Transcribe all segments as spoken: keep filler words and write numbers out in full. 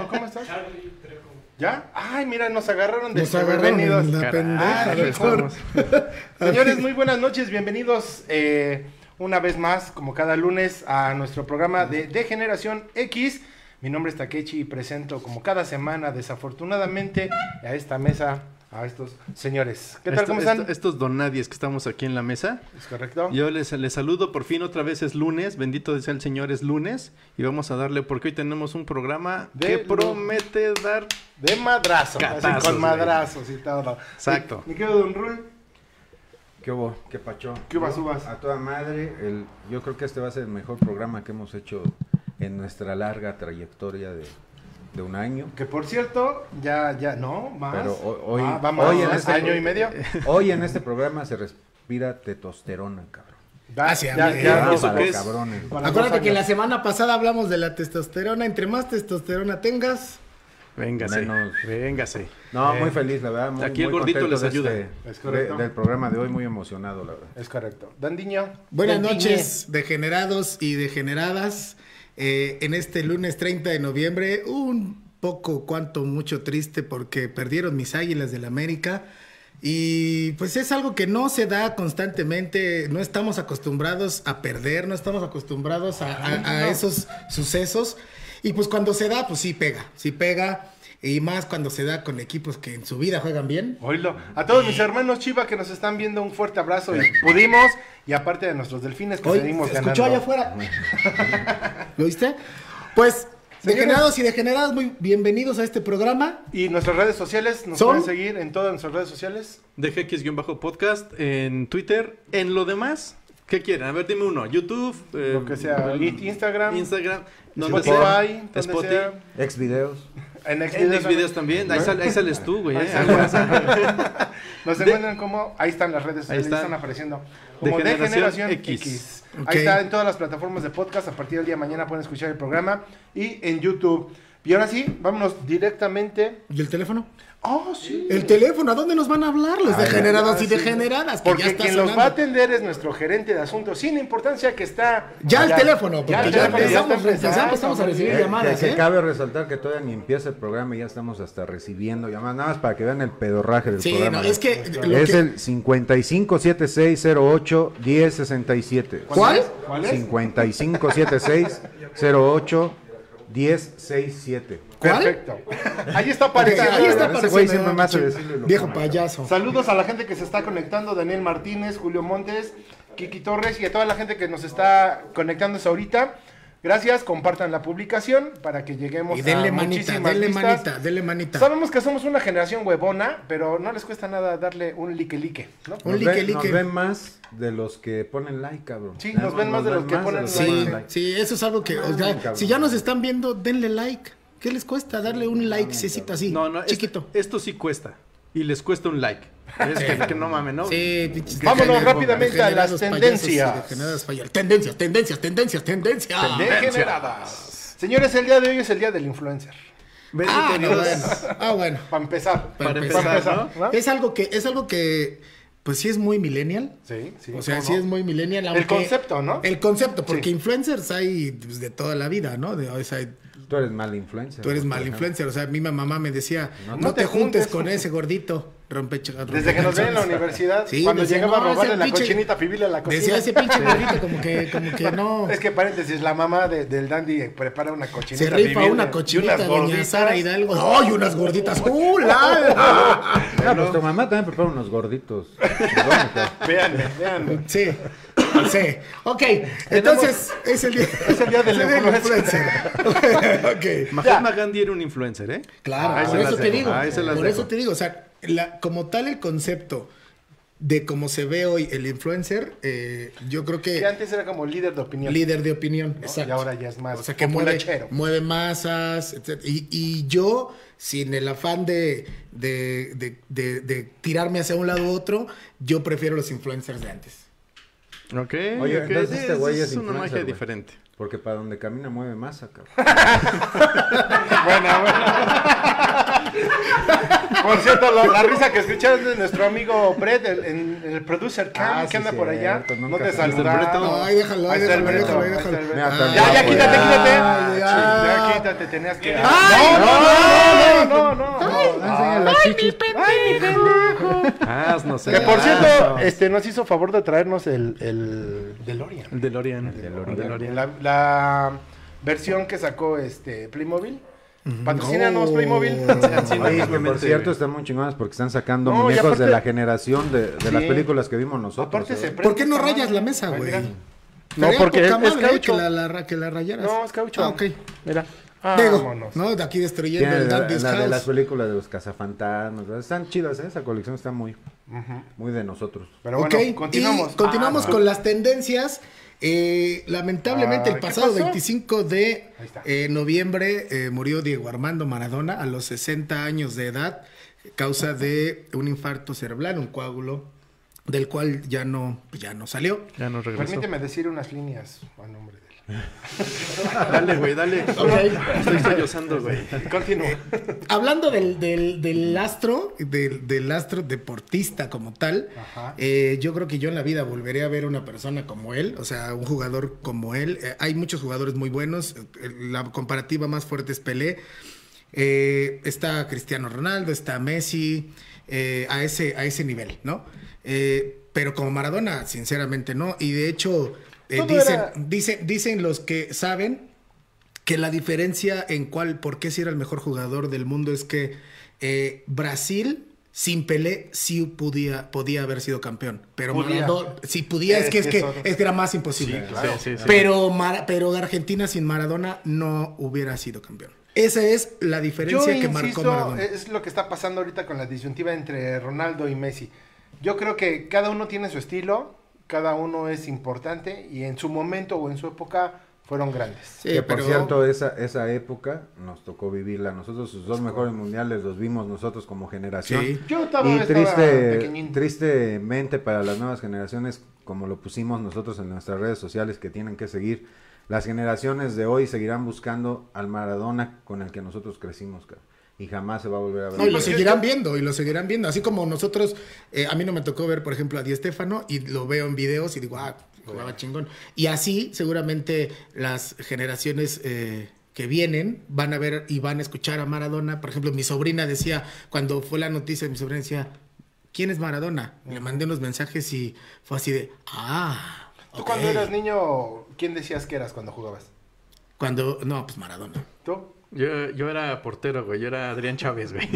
¿Cómo estás? Charlie Trejo. ¿Ya? Ay, mira, nos agarraron de Nos agarraron en la pendeja, doctor. Señores, muy buenas noches, bienvenidos eh, una vez más, como cada lunes, a nuestro programa de, de Generación X. Mi nombre es Takechi y presento, como cada semana, desafortunadamente, a esta mesa, a estos señores. ¿Qué tal, Esto, cómo están? Esto, estos donadies que estamos aquí en la mesa. ¿Es correcto? Yo les, les saludo, por fin otra vez es lunes, bendito sea el Señor, es lunes. Y vamos a darle, porque hoy tenemos un programa De que lu- promete dar... De madrazo, Catazos, así con güey. madrazos y todo. Exacto. Mi querido Don Rul, ¿Qué hubo? ¿Qué pacho? ¿Qué hubo, Yo, subas? A toda madre, el, yo creo que este va a ser el mejor programa que hemos hecho en nuestra larga trayectoria de, de un año. que por cierto, ya, ya, no, más. Pero ho- hoy, Ah, vamos, hoy, en más, este, año y medio. hoy en este programa se respira testosterona, cabrón. Va, Ah, sí, ya, amigo. ya, ¿Y eso para qué es? cabrones. para Acuérdate dos que la años. semana pasada hablamos de la testosterona. Entre más testosterona tengas, Véngase, Menos. véngase. No, Eh, muy feliz, la verdad. Muy, aquí el muy gordito contento les de ayuda. este- Es correcto. de- del programa de hoy, muy emocionado, la verdad. Es correcto. Dandiño. buenas Dandiñe. noches, degenerados y degeneradas. Eh, en este lunes treinta de noviembre, un poco, cuanto mucho triste porque perdieron mis Águilas del América. Y pues es algo que no se da constantemente, no estamos acostumbrados a perder, no estamos acostumbrados a, a- a esos sucesos. Y pues cuando se da, pues sí pega, sí pega. Y más cuando se da con equipos que en su vida juegan bien. Oílo. A todos mis hermanos Chiva que nos están viendo, un fuerte abrazo. Y pudimos. Y aparte de nuestros delfines que Hoy seguimos se ganando. escuchó allá afuera. ¿Lo viste? Pues, Señores. degenerados y degeneradas, muy bienvenidos a este programa. Y nuestras redes sociales, nos ¿Son? pueden seguir en todas nuestras redes sociales. D G X-podcast en Twitter. En lo demás, ¿qué quieren? A ver, dime uno. YouTube. eh, Lo que sea. el- I- Instagram. Instagram. donde sea. Spotify. donde Spotify. sea. Ex videos. En En Xvideos Xvideos también. Ahí, sal- ahí sales tú, güey. Ahí eh. sale. Nos De- encuentran como, ahí están las redes sociales, Ahí está. están apareciendo. Como de De Generación Generación X. X. Ok. Ahí está en todas las plataformas de podcast. A partir del día de mañana pueden escuchar el programa. Y en YouTube. Y ahora sí, vámonos directamente. ¿Y el teléfono? Oh, sí. El teléfono, ¿a dónde nos van a hablar los Ay, degenerados Ah, y sí. degeneradas? Que Porque ya está quien los sonando. va a atender es nuestro gerente de asuntos, sin importancia que está... Ya el teléfono, porque el ya teléfono empezamos, está empezando, ya empezamos a muy recibir bien. llamadas. Que, que ¿eh? cabe resaltar que todavía ni empieza el programa y ya estamos hasta recibiendo llamadas, nada más para que vean el pedorraje del Sí, programa. no, es que... lo Es que- el cincuenta y cinco setenta y seis cero ocho diez sesenta y siete. ¿Cuál? ¿Cuál es? cincuenta y cinco setenta y seis cero ocho diez sesenta y siete. ¿Cuál? Perfecto. Ahí está apareciendo. Ahí está Ese güey apareciendo, siempre me hace che, decirle lo viejo que- payaso. Saludos a la gente que se está conectando, Daniel Martínez, Julio Montes, Kiki Torres y a toda la gente que nos está conectándose ahorita. Gracias, compartan la publicación para que lleguemos Y denle a manita, muchísimas denle vistas. manita, denle manita. Sabemos que somos una generación huevona, pero no les cuesta nada darle un like like, ¿no? Un Nos, like, ven, like. nos ven más de los que ponen like, cabrón. Sí, nos ven más de los que ponen de Sí, ponen sí, eso es algo que, o sea, cabrón. si ya nos están viendo, denle like. ¿Qué les cuesta darle un like, cecito así? No, no, chiquito. Esto, esto sí cuesta. Y les cuesta un like. Es que, que no mames, ¿no? Sí, pinches Vámonos degenerados, rápidamente a las degenerados payasos y tendencias. degeneradas payasos. Tendencias, tendencias, tendencias, tendencias. Degeneradas. Señores, el día de hoy es el día del influencer. Bendito Ah, no, Dios. bueno. Ah, bueno. Para empezar. Para Para empezar, empezar, ¿no? ¿no? Es algo que, es algo que, pues sí es muy millennial. Sí, sí. O sea, ¿cómo sí no? es muy millennial. El aunque- concepto, ¿no? El concepto, porque Sí. influencers hay pues, de toda la vida, ¿no? De, o sea, Tú eres mal influencer. tú eres por mal ejemplo. influencer. O sea, mi mamá me decía, no, No te, te juntes juntes. con ese gordito. Rompe, Desde que nos ven en la universidad, Sí, cuando decía, llegaba no, a robarle ese la pinche- cochinita pibil a la cocina. Decía ese pinche gordito como que, como que no. Es que paréntesis, la mamá de- del Dandy prepara una cochinita Se rifa pibil una y cochinita, unas doña gorditas. Sara Hidalgo. ¡Ay, unas gorditas! ¡Uh, la! Ah, pues tu mamá también prepara unos gorditos. Véanme, véanme. Sí, sí. Ok, entonces es el día, Es el día del influencer. Ok. Mahatma Gandhi era un influencer, ¿eh? Claro, Ahí por se las eso te dejo, digo. ahí se las Por dejo. eso te digo, o sea, la- como tal el concepto de cómo se ve hoy el influencer, eh, yo creo Que que antes era como líder de opinión. líder de opinión, ¿no? exacto. Y ahora ya es más O sea, que mueve, populachero. mueve masas, etcétera. Y, y yo, sin el afán de, de, de, de- de tirarme hacia un lado u otro, yo prefiero los influencers de antes. Ok, Oye, ok, entonces sí, este güey es es una influencer, magia güey. diferente. Porque para donde camina mueve masa, cabrón. Buena, buena. Por cierto, la, la risa que escucharon de nuestro amigo Brett, el, el, el producer Cam, Ah, que sí, anda por allá, cierto, no nunca te se- saludaron. No, ahí déjalo, ahí Ahí está el déjalo, Breto, déjalo, ahí está el déjalo. Breto. Mira, Ya, ya, quítate, quítate. Ah, Ya, ya. quítate, tenías que... Ay, no, no, no, no, no. Enseña la chichi. Ay, mi pendejo. Ah, no sé. Que por Ah, cierto, este, nos hizo favor de traernos el, el DeLorean. El DeLorean. El DeLorean. DeLorean. La, la versión que sacó este Playmobil. Patrocínanos, Oh. Playmobil. Oye, que por Obviamente, cierto güey. están muy chingonas porque están sacando No, y muñecos aparte- de la generación de, de las Sí. películas que vimos nosotros. Aparte ¿eh? se prende ¿Por qué no esta rayas madre. la mesa, Ay, güey? mira. No, Estaría porque es, poca es madre, ¿eh? caucho. Que la, la- que la rayaras. No, es caucho. Ah, ok. Mira. Digo, Vámonos. ¿no? De aquí destruyendo Tiene el la, Dandy's la de las House. películas de los cazafantasmas, ¿verdad? Están chidas, ¿eh? Esa colección está muy, Ujú. muy de nosotros. Pero Ok, bueno, continuamos. y continuamos Ah, con las tendencias. Eh, lamentablemente, Ah, el ¿qué pasado pasó? veinticinco de Ahí está. eh, noviembre eh, murió Diego Armando Maradona a los sesenta años de edad, causa de un infarto cerebral, un coágulo, del cual ya no, ya no salió. Ya nos regresó. Permíteme decir unas líneas a nombre de él. Dale, güey, dale. Estoy sollozando, güey. Continúa. Hablando del, del, del astro, del, del astro deportista como tal, Ajá. eh, yo creo que yo en la vida volveré a ver una persona como él, o sea, un jugador como él. Eh, hay muchos jugadores muy buenos, eh, la comparativa más fuerte es Pelé. Eh, está Cristiano Ronaldo, está Messi, eh, a, ese, a ese nivel, ¿no? Eh, pero como Maradona, sinceramente no. Y de hecho, eh, Todo dicen, era- dicen, dicen los que saben que la diferencia en cuál, por qué si era el mejor jugador del mundo es que eh, Brasil sin Pelé sí podía, podía haber sido campeón. Pero Podía. Maradona, sí podía, es, Es que, es, que que, eso- es que era más imposible. Sí, claro. Sí, sí, sí. Pero, Mara- pero Argentina sin Maradona no hubiera sido campeón. Esa es la Yo diferencia que marcó insisto, Maradona. es lo que está pasando ahorita con la disyuntiva entre Ronaldo y Messi. Yo creo que cada uno tiene su estilo, cada uno es importante y en su momento o en su época fueron grandes. Sí, que por pero- cierto, esa, esa época nos tocó vivirla. Nosotros sus dos mejores mundiales los vimos nosotros como generación. Sí. Yo estaba, Y estaba triste, pequeñín. tristemente para las nuevas generaciones, como lo pusimos nosotros en nuestras redes sociales que tienen que seguir, las generaciones de hoy seguirán buscando al Maradona con el que nosotros crecimos, cabrón, y jamás se va a volver a ver. No, y lo Yo- seguirán yo- viendo, y lo seguirán viendo. Así como nosotros, eh, a mí no me tocó ver, por ejemplo, a Di Stéfano, y lo veo en videos y digo, ah, jugaba chingón. Y así, seguramente, las generaciones eh, que vienen van a ver y van a escuchar a Maradona. Por ejemplo, mi sobrina decía, cuando fue la noticia, mi sobrina decía, ¿quién es Maradona? Y le mandé unos mensajes y fue así de, ah. ¿Tú ok". cuando eras niño, quién decías que eras cuando jugabas? Cuando, no, pues Maradona. ¿Tú? Yo, yo era portero, güey. Yo era Adrián Chávez, güey.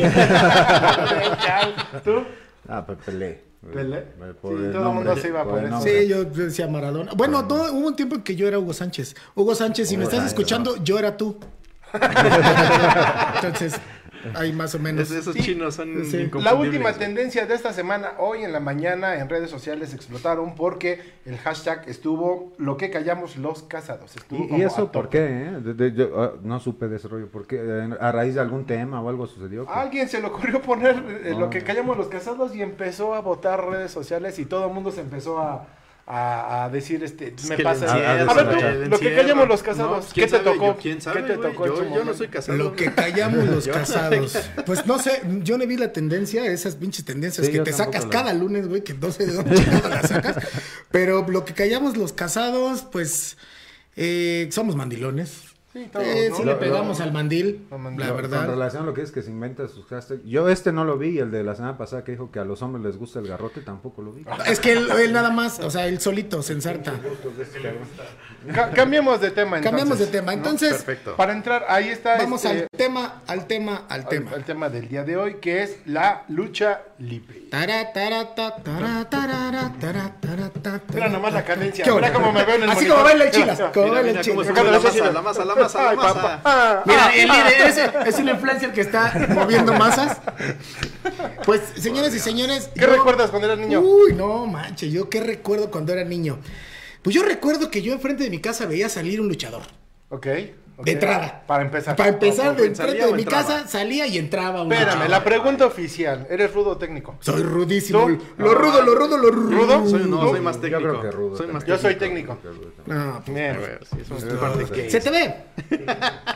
¿Tú? Ah, pues Pelé. ¿Pelé? Por Sí, el todo el nombre, mundo se iba a por el poner- nombre. Sí, yo decía Maradona. Bueno, todo- hubo un tiempo en que yo era Hugo Sánchez. Hugo Sánchez, si me Hugo estás Sánchez, escuchando, yo era tú. Entonces, ahí más o menos. Es- esos Sí, chinos son sí. La inconfundibles. La última güey. tendencia de esta semana, hoy en la mañana, en redes sociales explotaron porque el hashtag estuvo lo que callamos los casados. Estuvo ¿Y, como y a eso por tope. qué? Eh? De- de- yo, ah, no supe de ese rollo. ¿Por qué? Eh, ¿A raíz de algún tema o algo sucedió? A alguien se le ocurrió poner eh, lo Ah. que callamos los casados y empezó a votar redes sociales y todo el mundo se empezó a, a, a decir, este, me que pasa. le encierran, A ver, le tú, lo que encierran. callamos los casados, No, ¿qué ¿quién te sabe? tocó? Yo, ¿Quién sabe, ¿Qué te güey? tocó en Yo, su yo no momento? soy casado. Lo que güey. callamos los Yo- casados. Pues no sé, yo no vi la tendencia, esas pinches tendencias Sí, que yo te tampoco sacas la- cada lunes, güey, que no sé de dónde chingados las sacas. Pero lo que callamos los casados, pues eh, somos mandilones. Sí, todos, Eh, ¿no? sí Lo- le pegamos lo- al mandil, Al mandil. la Con verdad. relación a lo que es que se inventa sus hashtags. Yo este no lo vi, y el de la semana pasada que dijo que a los hombres les gusta el garrote tampoco lo vi. Es que él, él nada más, o sea, él solito se ensarta. Ca- cambiemos de tema entonces. Cambiamos de tema. ¿no? Entonces, Perfecto. Para entrar, ahí está vamos este, al tema, al tema, al al- tema. al tema del día de hoy, que es la lucha libre. Tara, tara, ta, tara, tarara, tara, tara, ta, Mira tara, nomás la ta. cadencia. ¿Qué Mira onda? cómo me veo en el Así monitor. como baila el chilas, como Mira, baila el mira cómo chilas. sube la masa, la masa, la masa, Ay, la papá. masa. Ah, Mira, el líder ese es un influencer que está moviendo masas. Pues, señores y señores. ¿Qué yo- recuerdas cuando eras niño? Uy, no manches, yo qué recuerdo cuando era niño. Pues yo recuerdo que yo enfrente de mi casa veía salir un luchador. Ok. ok. De entrada. Para empezar. Para empezar, de ¿salía enfrente o de mi entraba? casa salía y entraba un Espérame, luchador. la pregunta oficial. ¿Eres rudo o técnico? Soy rudísimo. ¿Tú? Lo rudo, lo rudo, lo rudo. ¿Rudo? Soy, no, ¿Tú? soy más Yo técnico. creo que rudo. Soy más Yo soy técnico. técnico. No, pues, Bien. A ver, sí, somos Rudo, parte sí. gay. se te ve.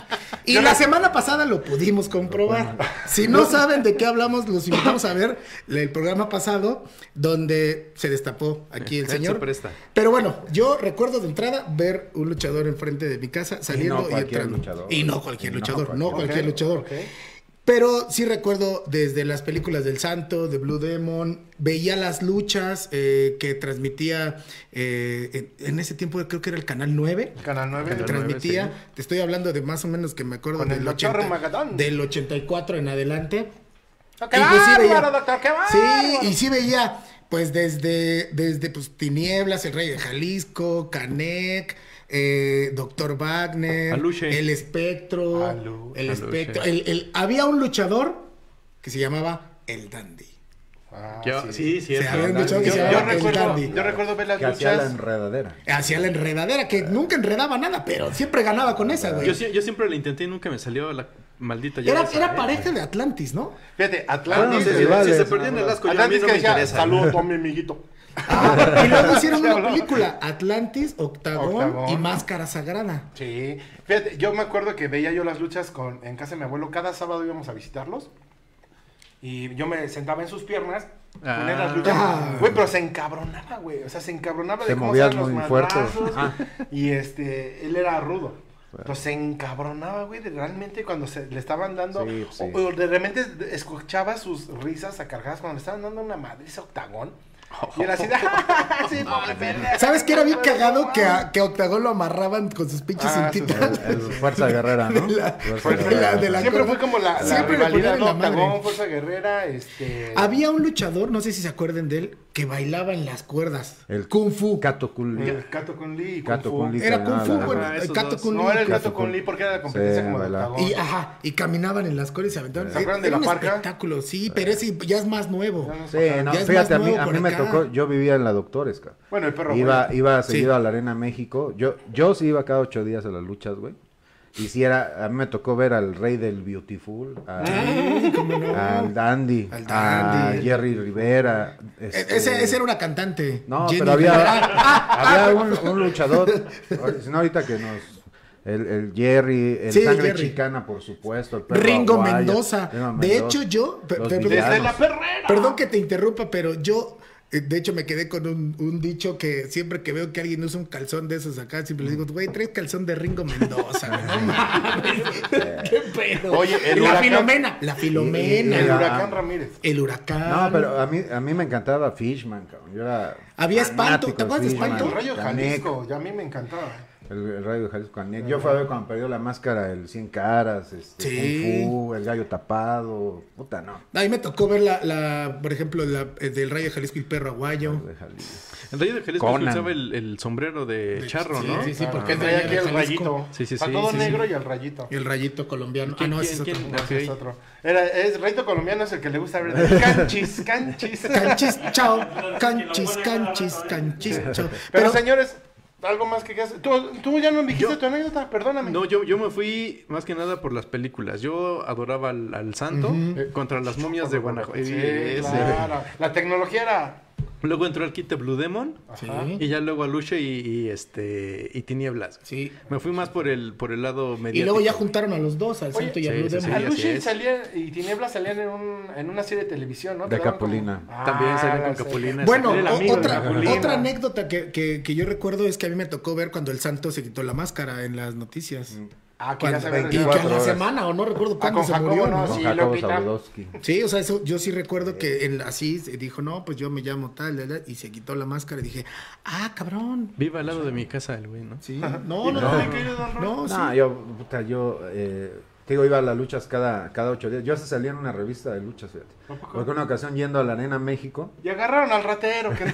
Y Yo la no- semana pasada lo pudimos comprobar. Si no saben de qué hablamos, los invitamos a ver el programa pasado donde se destapó aquí el Él señor. se presta. Pero bueno, yo recuerdo de entrada ver un luchador enfrente de mi casa saliendo y, cualquier entrando. luchador. Y no cualquier Y no luchador, no cualquier- cualquier Ok, luchador. ok. Pero sí recuerdo desde las películas del Santo, de Blue Demon, veía las luchas eh, que transmitía eh, en, en ese tiempo creo que era el Canal nueve. Canal nueve. Que Canal transmitía, nueve, sí. te estoy hablando de más o menos que me acuerdo Con el del, doctor ochenta, Magadán. del ochenta y cuatro en adelante. ¡Qué Y pues sí veía- bárbaro, doctor! ¡Qué bárbaro! Sí, y sí veía, pues desde, desde pues, Tinieblas, el Rey de Jalisco, Canek, eh, Doctor Wagner, Aluche. el Espectro, Alu- el Aluche. Espectro. El, el- había un luchador que se llamaba El Dandy. Ah, Yo- sí, sí, Se es había un verdad. luchador que Yo, se yo llamaba El recuerdo, Dandy. yo recuerdo ver las Que hacía la luchas. enredadera. Hacía la enredadera, que nunca enredaba nada, pero siempre ganaba con esa, güey. Yo, sie- yo siempre lo intenté y nunca me salió la maldita Era, llave esa, era ¿eh? pareja de Atlantis, ¿no? Fíjate, Ah, no, Atlantis. si, sí, si rivales, se perdían no, el no. asco, yo a mí Atlantis no que me decía, interesa. saludos, Tommy, amiguito. Ah, y luego hicieron una película, Atlantis, Octagón, Octagón. y Máscara Sagrada. Sí, fíjate, yo me acuerdo que veía yo las luchas con, en casa de mi abuelo, cada sábado íbamos a visitarlos y yo me sentaba en sus piernas, Ah. ponía las luchas, Ah. güey, pero se encabronaba, güey, o sea, se encabronaba de Te cómo movías eran los muy fuerte. madrazos, Ah. y este, él era rudo. Entonces se encabronaba, güey, de realmente cuando se le estaban dando, Sí, sí. o, o de repente escuchaba sus risas a cargadas cuando le estaban dando una madriza Octagón. Y era así de, sí, pobre pendejo. ¿Sabes qué era bien cagado? Que a, que a Octagón lo amarraban con sus pinches Ah, cintitas. El Fuerza Guerrera, ¿no? De la- Fuerza de la- de la- Siempre cosa- fue como la, la siempre le rivalidad, ponían ¿no? en la madre. Octagón, Fuerza Guerrera, este... Había un luchador, no sé si se acuerden de él, que bailaba en las cuerdas. El Kung Fu. Cato Cool. El Cato Kun Lee y Kung Cato Fu. Kun Lee. Era Kung Fu, Ah, bueno, ah, el esos Cato dos. Kun Lee. No, era el Cato Cato Kun Kun- Lee porque era la competencia Sí, como de bailaba. Octagón. Y ajá, y caminaban en las cuerdas y se aventaban. ¿Se acuerdan de Era la un parca? espectáculo, sí, pero ese ya es más nuevo. Ya no Sí, sé. no, Ya es fíjate, a más mí, nuevo a por mí me acá. tocó, yo vivía en la Doctores, cabrón. Bueno, el perro, Iba, güey. iba Sí. seguido a la Arena México. Yo, yo sí iba cada ocho días a las luchas, güey. Y sí era, a mí me tocó ver al Rey del Beautiful, a- Ay, cómo no. al Dandy, Al a Dandy. Jerry Rivera. E- este- Ese, ese era una cantante. No, Jenny pero había, Rivera. Ah, había un, un luchador, ahor- si no ahorita que nos... El, el Jerry, el Sí, Sangre Jerry. Chicana, por supuesto. El Perro Ringo Aguayo, Mendoza. Ringo De Mendoza, hecho, yo. pe- los pe- villanos. Desde la perrera. Perdón que te interrumpa, pero yo, eh, de hecho, me quedé con un, un dicho que siempre que veo que alguien usa un calzón de esos acá, siempre le digo, güey, traes calzón de Ringo Mendoza. No mames. Qué pedo. Oye, el la huracán- Filomena. La Filomena. El Era- Huracán Ramírez. El huracán. No, pero a mí, a mí me encantaba Fishman, cabrón. Yo era Había Espanto, fanático ¿te acuerdas de Fishman, Espanto? El Rayo Canek, Jalisco, ya a mí me encantaba. El, el Rayo de Jalisco Canek. Yo fui a ver cuando perdió la máscara, el Cien Caras, este, Sí. Kung Fu, el Gallo Tapado. Puta, no. A mí me tocó ver la, la por ejemplo, la eh, del Rayo de Jalisco y Perro Aguayo. De Jalisco. En Rayo de Jalisco Conan. usaba el, el sombrero de charro, sí, ¿no? sí, sí, Ah, porque es de traía allá aquí de el Jalisco. rayito. Sí, sí, Está sí, todo sí, negro sí. y el rayito. El rayito colombiano. Ah, ¿Quién- no, ese es quién- otro. quién- No, ese es Ok. otro. Era, es rayito colombiano, es el que le gusta ver de canchis, canchis. Canchis, chao. Canchis, canchis, canchis, chao. Pero, Pero, señores, algo más que quieras. Tú, tú ya no me dijiste Yo- tu anécdota, perdóname. No, yo, yo me fui más que nada por las películas. Yo adoraba al, al santo Ujú. contra las momias de Guanajuato. Sí, Ese. claro. La tecnología era. Luego entró al kit de Blue Demon sí, y ya luego a Luche y, y, este y Tinieblas. sí. Me fui más por el por el lado Y mediático. luego ya juntaron a los dos, al Oye, Santo y a sí, Blue sí, Demon. sí. A así Lucy es. salía y Tinieblas salían en, un, en una serie de televisión, ¿no? De Quedaron Capulina. como- También salían con sí. Capulina. Bueno, Era el amigo o- de otra, Capulina. otra anécdota que, que, que yo recuerdo es que a mí me tocó ver cuando el Santo se quitó la máscara en las noticias. Ah, que ya Cuando- se había y que a veinticuatro la horas. semana, o no recuerdo Ah, cuándo con se Jacobo, murió, no, ¿no? Con sí, Jacobo Lupita. Zabludovsky. Sí, o sea, eso, yo sí recuerdo que en, así se dijo, no, pues yo me llamo tal, tal, tal, y se quitó la máscara y dije, ah, cabrón. Viva al lado de mi casa el güey, ¿no? Sí, no, no, no, no, querido don Roy? no, sí. No, yo, puta, yo, eh, te digo, iba a las luchas cada, cada ocho días. Yo hasta salía en una revista de luchas, fíjate. Porque una ocasión yendo a la Arena México, Y agarraron al ratero. Que...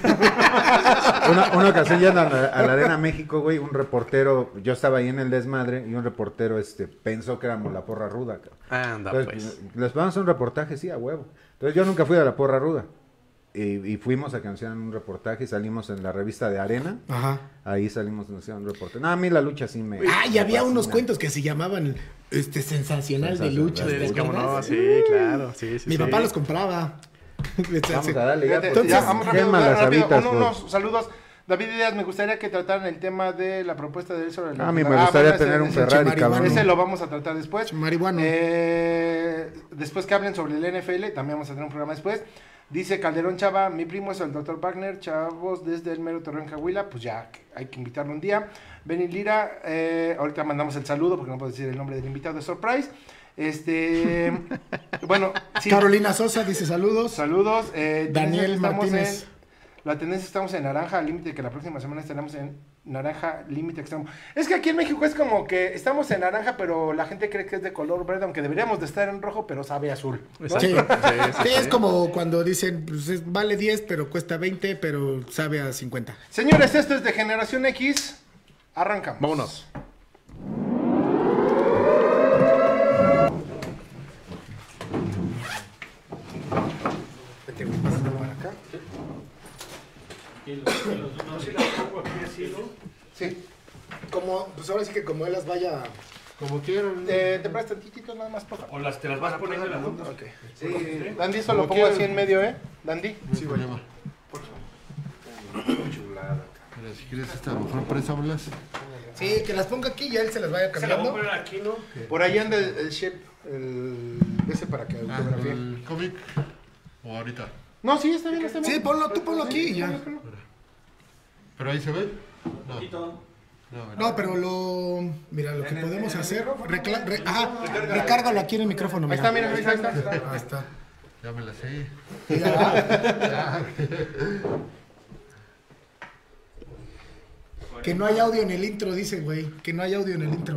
una, una ocasión yendo a la, a la Arena México, güey, un reportero, yo estaba ahí en el desmadre y un reportero, este, pensó que éramos la porra ruda, cabrón. Anda, Entonces, pues. les vamos a hacer un reportaje, sí, a huevo. Entonces yo nunca fui a la porra ruda. Y, y fuimos a que nos hicieran un reportaje y salimos en la revista de Arena. Ajá. Ahí salimos, nos hicieron un reportaje. No, a mí la lucha sí me... Ah, y me había unos fascina. cuentos que se llamaban este sensacional de Sensacional. luchas, ¿te Sí, cómo no, acuerdas? sí, claro, sí, sí. Mi sí. papá los compraba. Vamos a darle ya. Fíjate, porque ya, vamos rápido, quema las rápido. habitas, Uno- pues. unos saludos. David Díaz, me gustaría que trataran el tema de la propuesta de él sobre la... A mí me gustaría bueno, tener ese- un ese- Ferrari, marihuano. cabrón. Ese lo vamos a tratar después. Marihuano. Eh, después que hablen sobre el N F L, también vamos a tener un programa después. Dice Calderón Chava, mi primo es el doctor Wagner, chavos, desde el mero Torreón, Coahuila, pues ya hay que invitarlo un día. Benny Lira, eh, ahorita mandamos el saludo porque no puedo decir el nombre del invitado de Surprise. Este, bueno, sí, Carolina Sosa dice saludos. saludos. Eh, Daniel tendencia, estamos Martínez. en- la tendencia estamos en naranja al límite, que la próxima semana estaremos en naranja límite extremo. Es que aquí en México es como que estamos en naranja, pero la gente cree que es de color verde, aunque deberíamos de estar en rojo, pero sabe azul, ¿no? Exacto. Sí. Sí, sí, Sí, sí. es como cuando dicen, pues es- vale diez, pero cuesta veinte, pero sabe a cincuenta. Señores, esto es de Generación X. Arrancamos. Vámonos. Vete, güey, pásalo para acá. Sí. Como, pues ahora sí que como él las vaya... Como quieran. Eh, te prestas tantitito nada más, por favor. O las te las vas poniendo en la junta. Ok. Sí, Dandy, eso lo Como pongo quieran. así en medio, ¿eh? Dandy. Sí, güey. Mira, si quieres esta, a lo mejor préstamela. Sí, que las ponga aquí y ya él se las vaya Se la voy a cambiando. poner aquí, ¿no? Por ahí anda el, el shape, el ese para que Ah, autografíe. el cómic. O ahorita. No, sí, está bien, está bien. Sí, ponlo, tú ponlo aquí y ya. ¿Pero ahí se ve? No. No, mira. No, pero lo... Mira, lo que podemos hacer... recla- re- ajá, recárgalo aquí en el micrófono. Ahí está, mira, ahí está, ahí está. Ahí está. Ya me la sé. Y ya va. Que no hay audio en el intro, dice, güey. Que no hay audio en el intro.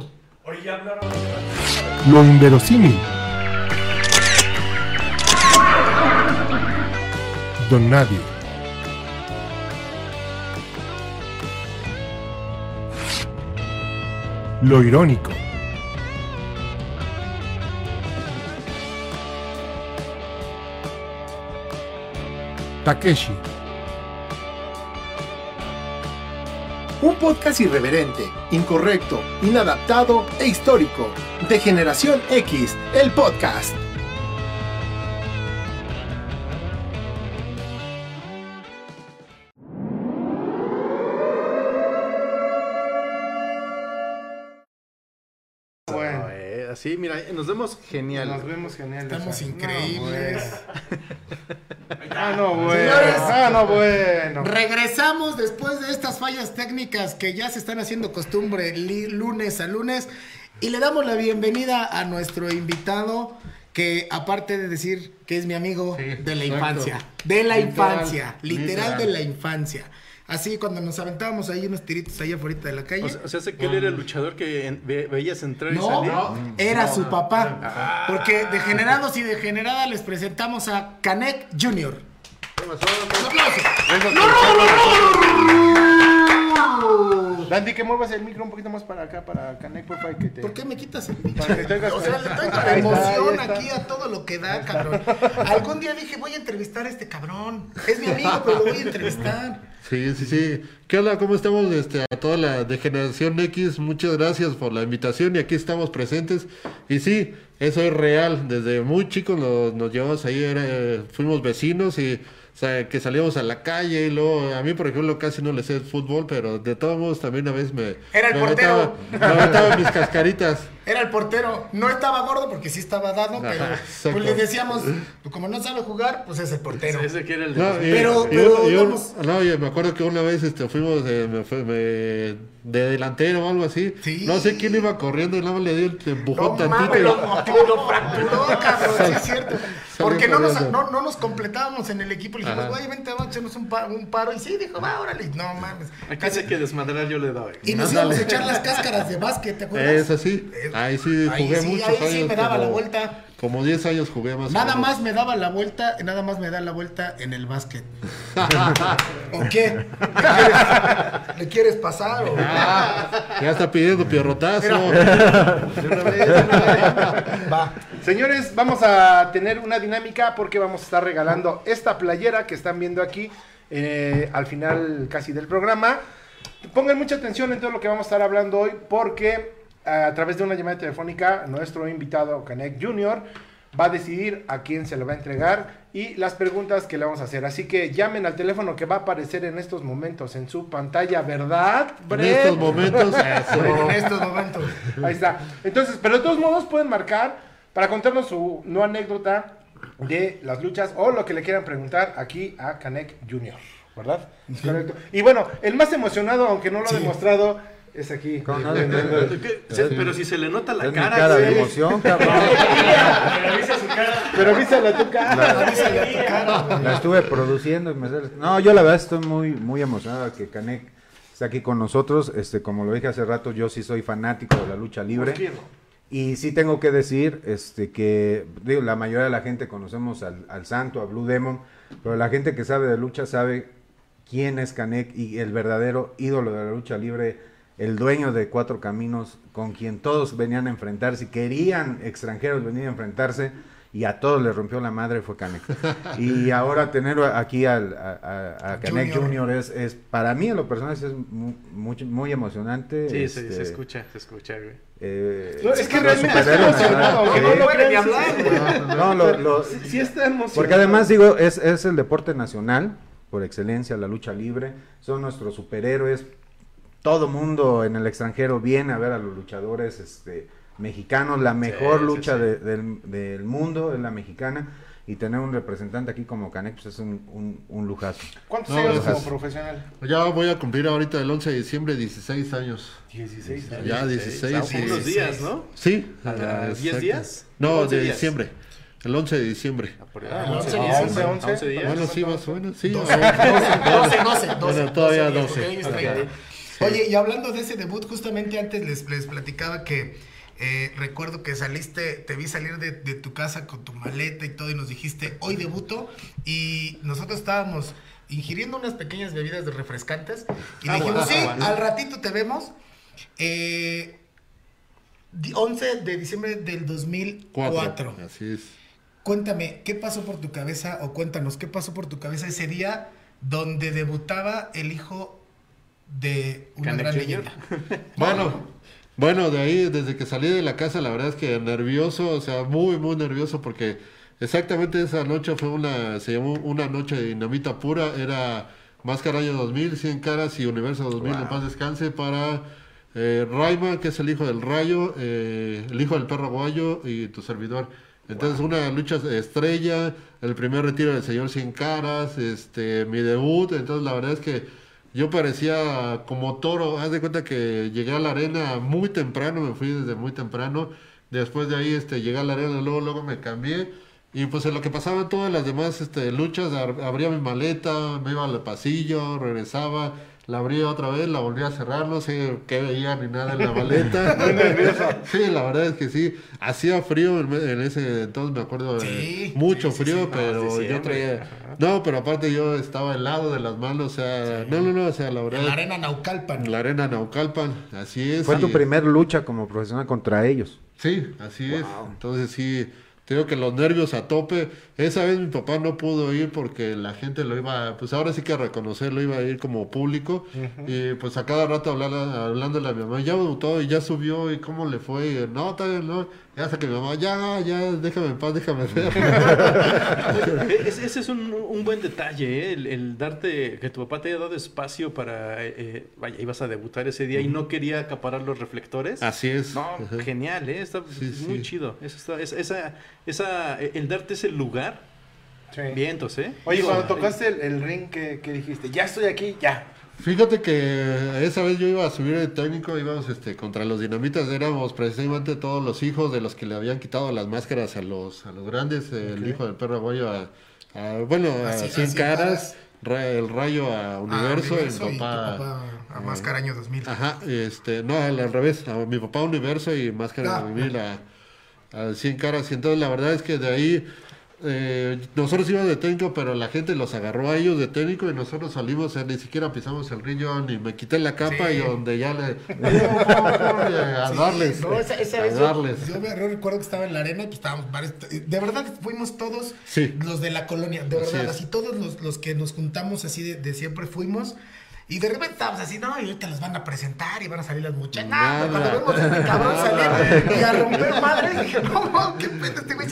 Lo inverosímil. Don Nadie. Lo irónico. Takeshi. Un podcast irreverente, incorrecto, inadaptado e histórico. De Generación X, el podcast. Bueno, Eh, así, mira, nos vemos genial. nos vemos genial. Estamos o sea, increíbles. No, bueno. Ah, no, bueno. Señores. Ah, no, bueno. Regresamos después de estas fallas técnicas que ya se están haciendo costumbre li- lunes a lunes y le damos la bienvenida a nuestro invitado que aparte de decir que es mi amigo Sí, de la exacto. infancia, de la Literal, infancia, literal, literal. de la infancia. Así cuando nos aventábamos ahí unos tiritos allá afuera de la calle. O sea, o sea, sé que él era el luchador que en- ve- veías entrar y No, salir. era su papá. Porque degenerados y degeneradas les presentamos a Canek junior Un aplauso. Dandy, que muevas el micro un poquito más para acá, para Canek, por favor, que te... ¿Por qué me quitas el Para que tengas- O sea, le traigo la Ahí está, emoción ahí está. aquí a todo lo que da, cabrón. Algún día dije, voy a entrevistar a este cabrón. Es mi amigo, pero lo voy a entrevistar. Sí, sí, sí. ¿Qué onda? ¿Cómo estamos? Este, a toda la de Generación X, muchas gracias por la invitación y aquí estamos presentes. Y sí, eso es real. Desde muy chicos nos, nos llevamos ahí, era, eh, fuimos vecinos y o sea, que salíamos a la calle y luego, a mí por ejemplo casi no le sé el fútbol, pero de todos modos también una vez me... Era el me portero. aventaba- Me aventaba mis cascaritas. Era el portero. No estaba gordo porque sí estaba dado, pero Ajá, exacto. pues le decíamos, pues, como no sabe jugar, pues es el portero. Ese que era el de No, los- y- Pero- y pero, un- y un- digamos- no, y me acuerdo que una vez este, fuimos eh, me fue- me- de delantero o algo así. Sí. No sé quién iba corriendo y nada más le dio el empujón No tantito. mames, y- lo, lo fracturó, cabrón, sí es cierto. Porque no nos, corriendo. no, no nos completábamos en el equipo. Le dijimos, Ajá. güey, vente, vamos a echarnos un, pa- un paro. Y sí, dijo, va, órale. No mames. Aquí sé que desmadrar yo le doy. Y nos Ándale. íbamos a echar las cáscaras de básquet, ¿te acuerdas? Es así. Ahí sí Ahí jugué sí, muchos ahí años. sí me daba como, la vuelta. Como diez años jugué más. o Nada menos. más me daba la vuelta, nada más me da la vuelta en el básquet. ¿O qué? ¿Le quieres, le quieres pasar? O? Ya está pidiendo pierrotazo. Va. Señores, vamos a tener una dinámica porque vamos a estar regalando esta playera que están viendo aquí eh, al final casi del programa. Pongan mucha atención en todo lo que vamos a estar hablando hoy porque a través de una llamada telefónica nuestro invitado Canek junior va a decidir a quién se lo va a entregar y las preguntas que le vamos a hacer. Así que llamen al teléfono que va a aparecer en estos momentos en su pantalla, ¿verdad, En Brett? estos momentos. eso. En estos momentos. Ahí está. Entonces, pero de todos modos pueden marcar para contarnos su no anécdota de las luchas o lo que le quieran preguntar aquí a Canek junior, ¿verdad? Correcto. Y bueno, el más emocionado, aunque no lo ha demostrado, es aquí. Con- no, no, no, ¿Qué? Se- Pero si se le nota la es mi cara, cara de güey. emoción, cabrón. Pero avísale a tu cara. La, la estuve produciendo y me sale- No, yo la verdad estoy muy muy emocionado que Canek está aquí con nosotros. Este, como lo dije hace rato, yo sí soy fanático de la lucha libre. Y sí tengo que decir este que digo, la mayoría de la gente conocemos al, al Santo, a Blue Demon, pero la gente que sabe de lucha sabe quién es Canek y el verdadero ídolo de la lucha libre, el dueño de Cuatro Caminos, con quien todos venían a enfrentarse, y querían extranjeros venir a enfrentarse, y a todos les rompió la madre, fue Canek. Y ahora tener aquí al, a, a, a Canek Junior. Junior es, es, para mí en lo personal es muy, muy, muy emocionante. Sí, este, se, se escucha, se escucha, güey. eh, No, es que los realmente está superhéroes, emocionado, ¿verdad? aunque no lo crean. No, lo, lo- Sí, sí está emocionado. porque además digo, es, es el deporte nacional, por excelencia, la lucha libre, son nuestros superhéroes, todo mundo en el extranjero viene a ver a los luchadores este, mexicanos, la mejor sí, lucha sí. de- del, del mundo es la mexicana, y tener un representante aquí como Canek pues es un, un, un lujazo. ¿Cuántos No, años dejas. como profesional? Ya voy a cumplir ahorita el once de diciembre dieciséis años. dieciséis años. Ya dieciséis, Ah, sí. unos días, ¿no? Sí. ¿A ah, diez exacto. días? No, once de días. diciembre. El once de diciembre. Ah, Ah, once once, días. once, once. once días. Bueno, sí, más o menos. Sí, doce, o- doce, doce, doce. Bueno, todavía días, doce. porque hoy es Ok. treinta. Oye, y hablando de ese debut, justamente antes les, les platicaba que eh, recuerdo que saliste, te vi salir de, de tu casa con tu maleta y todo y nos dijiste, hoy debuto, y nosotros estábamos ingiriendo unas pequeñas bebidas de refrescantes y Agua, dijimos, sí, agua, ¿no? al ratito te vemos. Eh, di- once de diciembre del dos mil cuatro. Cuatro. Así es. Cuéntame, ¿qué pasó por tu cabeza, o cuéntanos, qué pasó por tu cabeza ese día donde debutaba el hijo de una Canek gran Junior. leyenda? Bueno, bueno, de ahí, desde que salí de la casa, la verdad es que nervioso, o sea, muy, muy nervioso, porque exactamente esa noche fue una, se llamó una noche de dinamita pura, era Máscara Año dos mil, Cien Caras y Universo dos mil, en paz descanse, para eh, Raima, que es el hijo del Rayo, eh, el hijo del Perro Guayo y tu servidor. Entonces, una lucha estrella, el primer retiro del señor Cien Caras, este, mi debut, entonces la verdad es que yo parecía como toro. Haz de cuenta que llegué a la arena muy temprano, me fui desde muy temprano. Después de ahí este, llegué a la arena, luego, luego me cambié. Y pues en lo que pasaba en todas las demás este, luchas, ab- abría mi maleta, me iba al pasillo, regresaba, la abría otra vez, la volvía a cerrar, no sé qué veía ni nada en la maleta. Sí, la verdad es que sí. Hacía frío en, en ese entonces, me acuerdo, Sí, eh, mucho sí, sí, frío, sí, no, pero es yo diciembre. traía... Ajá. No, pero aparte yo estaba helado de las manos, o sea, no, no, no, o sea, la verdad... En la arena Naucalpan. En la arena Naucalpan, así es. Fue y- tu primer lucha como profesional contra ellos. Sí, así es. Entonces sí, te digo que los nervios a tope. Esa vez mi papá no pudo ir porque la gente lo iba, pues ahora sí que a reconocer, lo iba a ir como público. Y pues a cada rato hablar, hablándole a mi mamá, ya debutó y ya subió y cómo le fue. Y, no, todavía no. Y hasta que mi mamá, ya, ya, déjame en paz, déjame ver. Es- ese es un, un buen detalle, ¿eh? el, el darte, que tu papá te haya dado espacio para, eh, eh, vaya, ibas a debutar ese día y no quería acaparar los reflectores. Así es. No, Ajá. genial, ¿eh? Está Sí, muy sí. chido. Eso está, es- esa, esa, el darte ese lugar, Sí. vientos, ¿eh? Oye, Digo, cuando tocaste el, el ring, ¿qué, qué dijiste? Ya estoy aquí, ya. Fíjate que esa vez yo iba a subir de técnico, íbamos este, contra los dinamitas, éramos precisamente todos los hijos de los que le habían quitado las máscaras a los, a los grandes, el hijo del Perro Aguayo a, a- bueno, a Así- Cien así Caras, caras. Ra- el Rayo a Ah, Universo, Universo y y mi tu papá... papá a Máscara Año dos mil. Ajá, este, no, al, al revés, a mi papá Universo y Máscara Ah, de Vivir a, a Cien Caras, y entonces la verdad es que de ahí... Eh, nosotros íbamos de técnico, pero la gente los agarró a ellos de técnico y nosotros salimos, o sea, ni siquiera pisamos el ring, yo ni me quité la capa Sí. y donde ya le... a darles, No, esa, esa a vez yo- darles. Yo, me recuerdo que estaba en la arena y pues estábamos varios. De verdad fuimos todos Sí. los de la colonia, de Así verdad. es. Así todos los, los que nos juntamos así de, de siempre fuimos. Y de repente estábamos así, no, y ahorita los van a presentar y van a salir las muchachas. Nada. Nada, cuando vemos a este cabrón salir y a romper madre, dije, no, qué pedo este güey.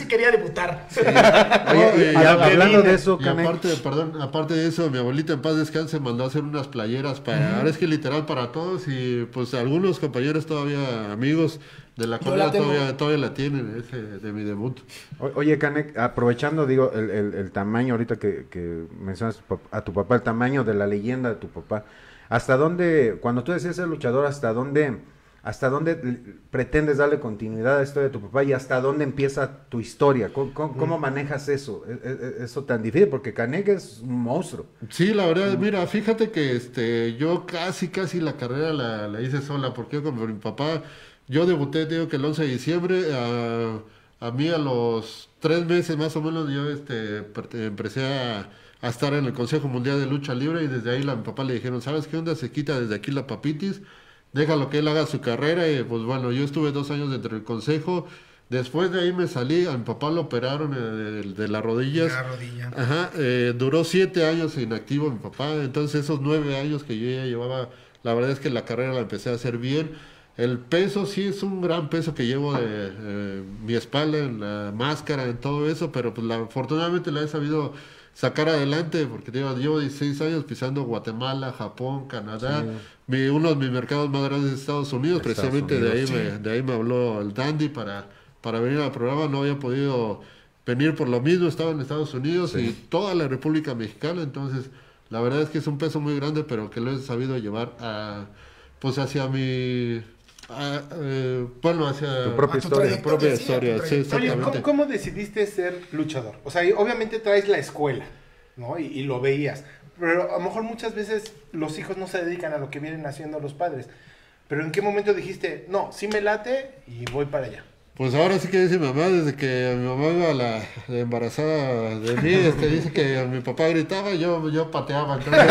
sí quería debutar. Sí. Oye, y No, y- hablando de eso, Y Canek, aparte, perdón, aparte de eso, mi abuelita en paz descanse mandó a hacer unas playeras para, ahora es que literal para todos y pues algunos compañeros todavía, amigos de la Yo comunidad la tengo. todavía, todavía la tienen, ese de mi debut. O- Oye, Canek, aprovechando, digo, el, el- el tamaño ahorita que, que mencionas tu pap- a tu papá, el tamaño de la leyenda de tu papá, ¿hasta dónde, cuando tú decías ser luchador, hasta dónde, hasta dónde l- pretendes darle continuidad a la historia de tu papá y hasta dónde empieza tu historia? ¿Cómo, cómo- cómo manejas eso? E- e- Eso tan difícil, porque Canek es un monstruo. Sí, la verdad, mira, fíjate que este, yo casi, casi la carrera la, la hice sola, porque yo con mi papá, yo debuté, te digo que el once de diciembre, a, a mí a los tres meses más o menos, yo este, perte- empecé a, a estar en el Consejo Mundial de Lucha Libre y desde ahí la, a mi papá le dijeron, ¿sabes qué onda? Se quita desde aquí la papitis, déjalo que él haga su carrera y pues bueno, yo estuve dos años dentro del consejo, después de ahí me salí, a mi papá lo operaron eh, de, de las rodillas. La rodilla. Ajá, eh, duró siete años inactivo mi papá, entonces esos nueve años que yo ya llevaba, la verdad es que la carrera la empecé a hacer bien. El peso sí es un gran peso que llevo de eh, mi espalda, en la máscara, en todo eso, pero pues la, afortunadamente la he sabido sacar adelante, porque te digo, llevo dieciséis años pisando Guatemala, Japón, Canadá. Mi, uno de mis mercados más grandes es Estados Unidos, Estados precisamente de ahí, Unidos, me, de ahí me habló el Dandy para, para venir al programa, no había podido venir por lo mismo, estaba en Estados Unidos Sí. y toda la República Mexicana, entonces la verdad es que es un peso muy grande, pero que lo he sabido llevar a, pues hacia mi, a, eh, bueno, hacia Tu propia A tu historia. mi propia trayectoria, sí, a tu historia, sí, trayectoria. Oye, exactamente. ¿cómo, cómo decidiste ser luchador? O sea, y obviamente traes la escuela, ¿no? Y, y lo veías. Pero a lo mejor muchas veces los hijos no se dedican a lo que vienen haciendo los padres. Pero ¿en qué momento dijiste, no, sí me late y voy para allá? Pues ahora sí que dice mi mamá, desde que mi mamá iba a la la embarazada de mí, este, dice que mi papá gritaba y yo, yo pateaba, entonces,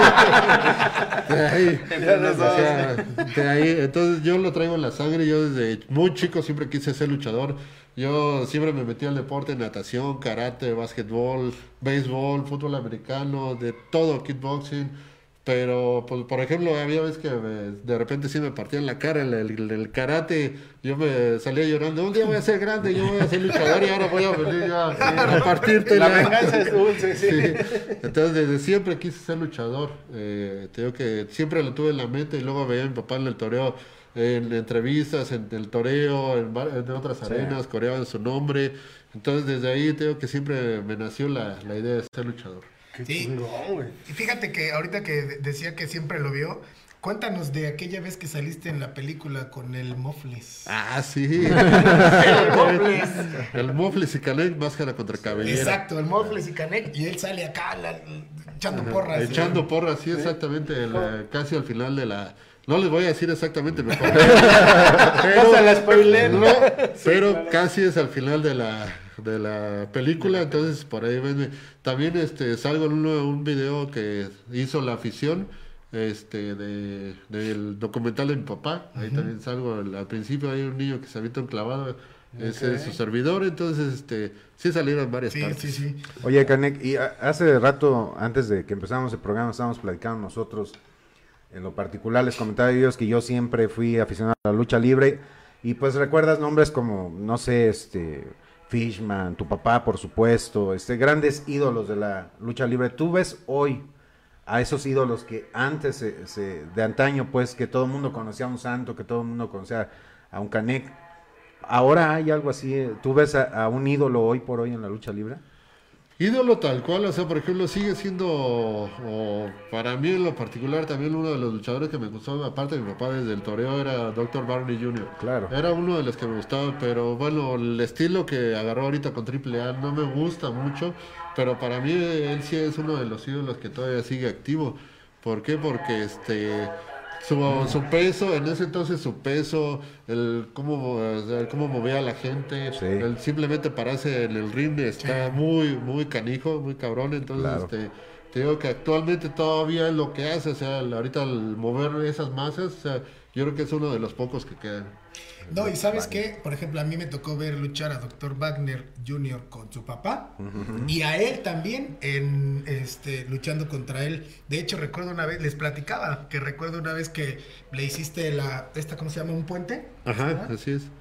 de ahí, o sea, de ahí, entonces yo lo traigo en la sangre, yo desde muy chico siempre quise ser luchador, yo siempre me metí al deporte, natación, karate, básquetbol, béisbol, fútbol americano, de todo, kickboxing. Pero, pues, por ejemplo, había veces que me- de repente sí me partían la cara el, el, el karate, yo me salía llorando, un día voy a ser grande, yo voy a ser luchador y ahora voy a venir yo a, a partirte La venganza es dulce, sí. Sí. Entonces, desde siempre quise ser luchador, eh, te digo que siempre lo tuve en la mente y luego veía a mi papá en el toreo, en entrevistas, en el toreo, en, var- en otras arenas, coreaban su nombre, entonces desde ahí te digo que siempre me nació la, la idea de ser luchador. Qué Sí. chingón, güey. Y fíjate que ahorita que de- decía que siempre lo vio, cuéntanos de aquella vez que saliste en la película con el Mofles. Ah, sí. El Mofles. El Mofles y Canek, máscara contra cabellera. Exacto, el Mofles y Canek, y él sale acá la- echando porras. Echando porras, sí, exactamente. el, eh, casi al final de la. No les voy a decir exactamente mejor. No se la spoileen. No, pero casi es al final de la, de la película, entonces por ahí ven. También este, salgo en uno- un video que hizo la afición este, de, del documental de mi papá. Ahí también salgo. Al, al principio hay un niño que se avienta un clavado. Ese es su servidor, entonces este, sí salieron varias Sí, partes. sí, sí. Oye, Canek, y a- hace rato, antes de que empezáramos el programa, estábamos platicando nosotros, en lo particular les comentaba a ellos que yo siempre fui aficionado a la lucha libre, y pues recuerdas nombres como, no sé, este, Fishman, tu papá, por supuesto, este, grandes ídolos de la lucha libre. ¿Tú ves hoy a esos ídolos que antes, se- se- de antaño, pues, que todo el mundo conocía a un santo, que todo el mundo conocía a un Canek? ¿Ahora hay algo así? ¿Tú ves a, a un ídolo hoy por hoy en la lucha libre? Ídolo tal cual, o sea, por ejemplo, sigue siendo, o para mí en lo particular, también uno de los luchadores que me gustó, aparte de mi papá desde el toreo, era doctor Barney junior Claro. Era uno de los que me gustaba, pero bueno, el estilo que agarró ahorita con Triple A no me gusta mucho, pero para mí él sí es uno de los ídolos que todavía sigue activo. ¿Por qué? Porque este... Su, su peso, en ese entonces su peso, el cómo, o sea, cómo movía a la gente, Sí. el simplemente pararse en el ring está muy, muy canijo, muy cabrón, entonces Claro. este, te digo que actualmente todavía es lo que hace, o sea, el- ahorita al mover esas masas, o sea, yo creo que es uno de los pocos que quedan. No, y ¿sabes qué? Por ejemplo, a mí me tocó ver luchar a doctor Wagner junior con su papá y a él también en este luchando contra él. De hecho, recuerdo una vez, les platicaba, que recuerdo una vez que le hiciste la, esta, ¿cómo se llama? ¿Un puente? Ajá, ¿Ah? así es.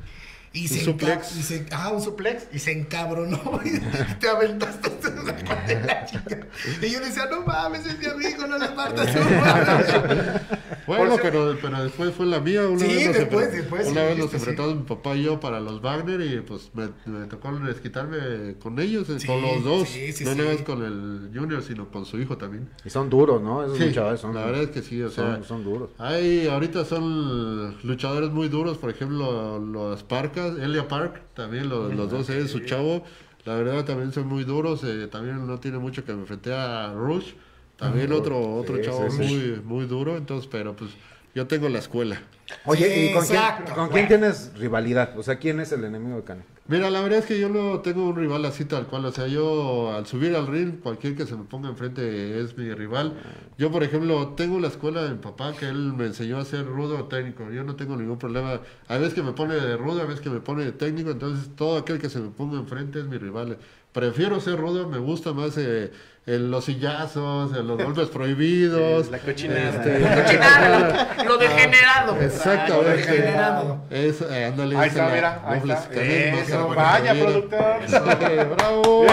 Y Un se suplex. enca- y se- ah, un suplex. Y se encabronó. Y te aventaste hasta la chica. Y yo decía, no mames, es mi amigo, no le partas su madre. Bueno, Por pero, pero después fue la mía. Una Sí, vez nos después, enfre- después, Una sí, vez nos dijiste, enfrentamos mi papá y yo para los Wagner y pues me, me tocó desquitarme con ellos, eh, Sí, con los dos. sí, sí, no sí. nada más con el Junior, sino con su hijo también. Y son duros, ¿no? Esos Sí, luchadores son, la verdad es que sí, o sea, son, son duros. hay ahorita son luchadores muy duros, por ejemplo, los Parcas, Elia Park, también los, los dos, eh, su chavo, la verdad también son muy duros, eh, también no tiene mucho que me enfrenté a Rush, también otro otro Sí, chavo sí, sí. muy muy duro, entonces, pero pues yo tengo la escuela. Oye, Sí, ¿y con quién, exacto, con güey. quién tienes rivalidad? O sea, ¿quién es el enemigo de Canek? Mira, la verdad es que yo no tengo un rival así tal cual, o sea, yo al subir al ring, cualquier que se me ponga enfrente es mi rival. Yo, por ejemplo, tengo la escuela de mi papá, que él me enseñó a ser rudo o técnico, yo no tengo ningún problema. Hay veces que me pone de rudo, hay veces que me pone de técnico, entonces todo aquel que se me ponga enfrente es mi rival. Prefiero ser rudo, me gusta más eh, el- los sillazos, eh, los golpes prohibidos. La cochinada. este, Cochinada, lo degenerado. Exactamente. Lo degenerado. Es, eh, ándale, Ahí esa está, la mira, ahí doble está. escalera, más Eso, la vaya, cabellera. productor. Eso, bravo.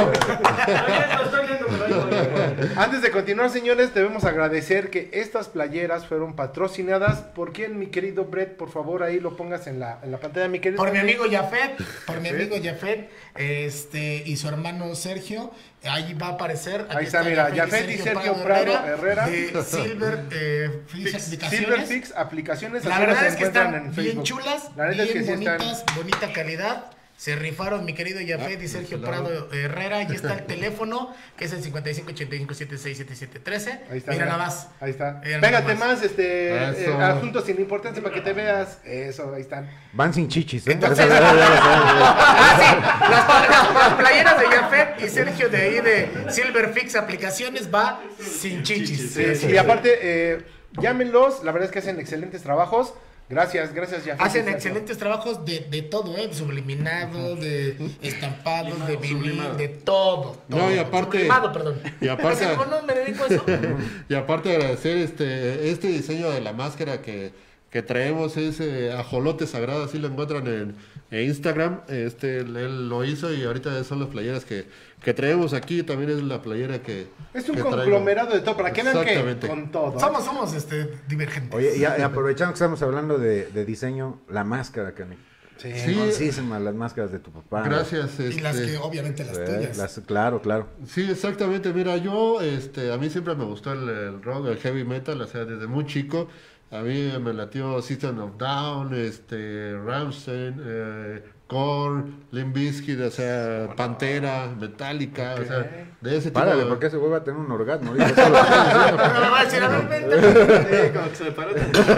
Antes de continuar, señores, debemos agradecer que estas playeras fueron patrocinadas por quién, mi querido Brett, por favor, ahí lo pongas en la, en la pantalla, mi querido. Por mi amigo Jafet, por mi Jafet. amigo Jafet, este, y su hermano Sergio, ahí va a aparecer. aquí Ahí está, mira, Jafet y Sergio Prado Herrera. de Silver eh, Fix Aplicaciones. Silverfix aplicaciones. La así verdad las es que encuentran están en bien Facebook. chulas, La neta bien es que sí están. bonitas, bonita calidad. Se rifaron mi querido Jafet y Sergio Prado Herrera. Y está el teléfono, que es el cincuenta y cinco ochenta y cinco setenta y seis setenta y siete trece. Ahí está. Mira nada más. Ahí está. Mira Pégate nada más. más, este, Eso. eh, asuntos sin importancia para que te veas. Eso, ahí están. Van sin chichis, ¿eh? Entonces- Esa- ya- ya- ya- Ah, sí, las, las- las playeras de Jafet y Sergio de ahí de Silverfix Aplicaciones va sin chichis. Sí, sí, y aparte, eh, llámenlos, la verdad es que hacen excelentes trabajos. Gracias, gracias, Jafet. Hacen Sergio. excelentes trabajos de, de todo, ¿eh? De subliminado, de estampado, de vinil, sublimado. de todo. No, todo. y aparte- Sublimado, perdón. y aparte- O sea, ¿cómo no me dedico a eso? Y aparte de agradecer este, este diseño de la máscara que, que traemos, es eh, ajolote sagrado, así lo encuentran en, en Instagram. Este, él lo hizo y ahorita son las playeras que, que traemos aquí. También es la playera que. Es un que traigo. conglomerado de todo, para que vean que Exactamente. con todo. Somos, somos este, divergentes. Oye, y, a- y aprovechando que estamos hablando de, de diseño, la máscara, Canek. Sí. Sí. Hermosísimas las máscaras de tu papá. Gracias. Y las este, que, obviamente, las Eh, tuyas. las- claro, claro. Sí, exactamente. Mira, yo, este, a mí siempre me gustó el, el rock, el heavy metal, o sea, desde muy chico. A mí me latió System of Down, este, Rammstein, eh, Korn, Limp Bizkit, o sea, Pantera, Metallica, o sea, de ese tipo. Párale, de- porque ese güey va a tener un orgasmo. ahorita solo lo estoy diciendo. Pero me va a decir, a ver, vente. Sí, como que se me paró.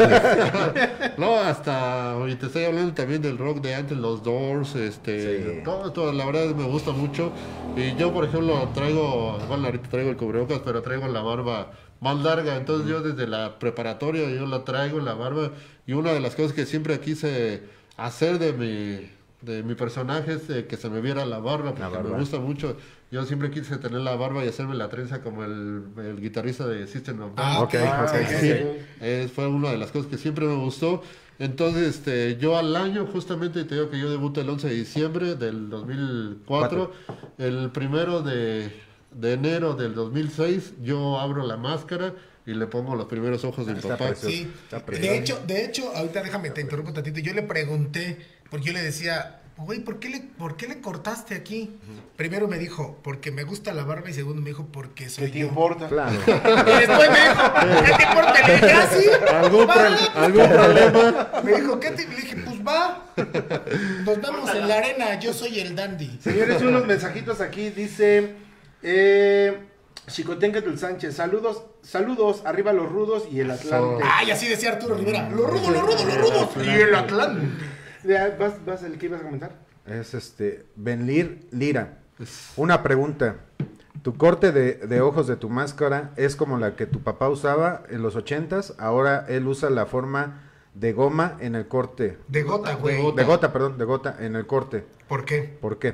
No, hasta, y te estoy hablando también del rock de antes, los Doors, este, Sí. todo, todo, la verdad me gusta mucho. Y yo, por ejemplo, traigo, bueno, ahorita traigo el cubrebocas, pero traigo la barba más larga, entonces yo desde la preparatoria yo la traigo la barba, y una de las cosas que siempre quise hacer de mi, de mi personaje es eh, que se me viera la barba, porque barba. me gusta mucho. Yo siempre quise tener la barba y hacerme la trenza como el, el guitarrista de System of Down. Ah, ok, Ah, ok, ok, ok. Sí, ok. eh, fue una de las cosas que siempre me gustó. Entonces, este, yo al año, justamente, te digo que yo debuté el once de diciembre del dos mil cuatro. El primero de, de enero del dos mil seis, yo abro la máscara y le pongo los primeros ojos de mi Está papá. precioso. Sí, Está precioso. de hecho, de hecho, ahorita déjame, te interrumpo un tantito. Yo le pregunté, porque yo le decía, güey, ¿por qué le, por qué le cortaste aquí? Primero me dijo, porque me gusta la barba, y segundo me dijo, porque ¿Qué soy te yo. importa? Claro. Y después me dijo, ¿qué te importa? Le dije, ¿ah, sí? ¿Algún, Va. pro- ¿Algún problema? Me dijo, ¿qué te? Le dije, pues va. Nos vemos en la arena, yo soy el dandy. Señores, unos mensajitos aquí. Dice eh, Chicotenca Sánchez. Saludos, saludos. Arriba los rudos y el Atlante. Ay, así decía Arturo Rivera. Los rudos, los rudos, los rudos. Y el Atlante. Ya, ¿Vas, vas el que ibas a comentar? Es este, Benlir Lira. Una pregunta. ¿Tu corte de, de ojos de tu máscara es como la que tu papá usaba en los ochentas? Ahora él usa la forma de goma en el corte. De gota, güey. De gota, perdón, de gota en el corte. ¿Por qué? ¿Por qué?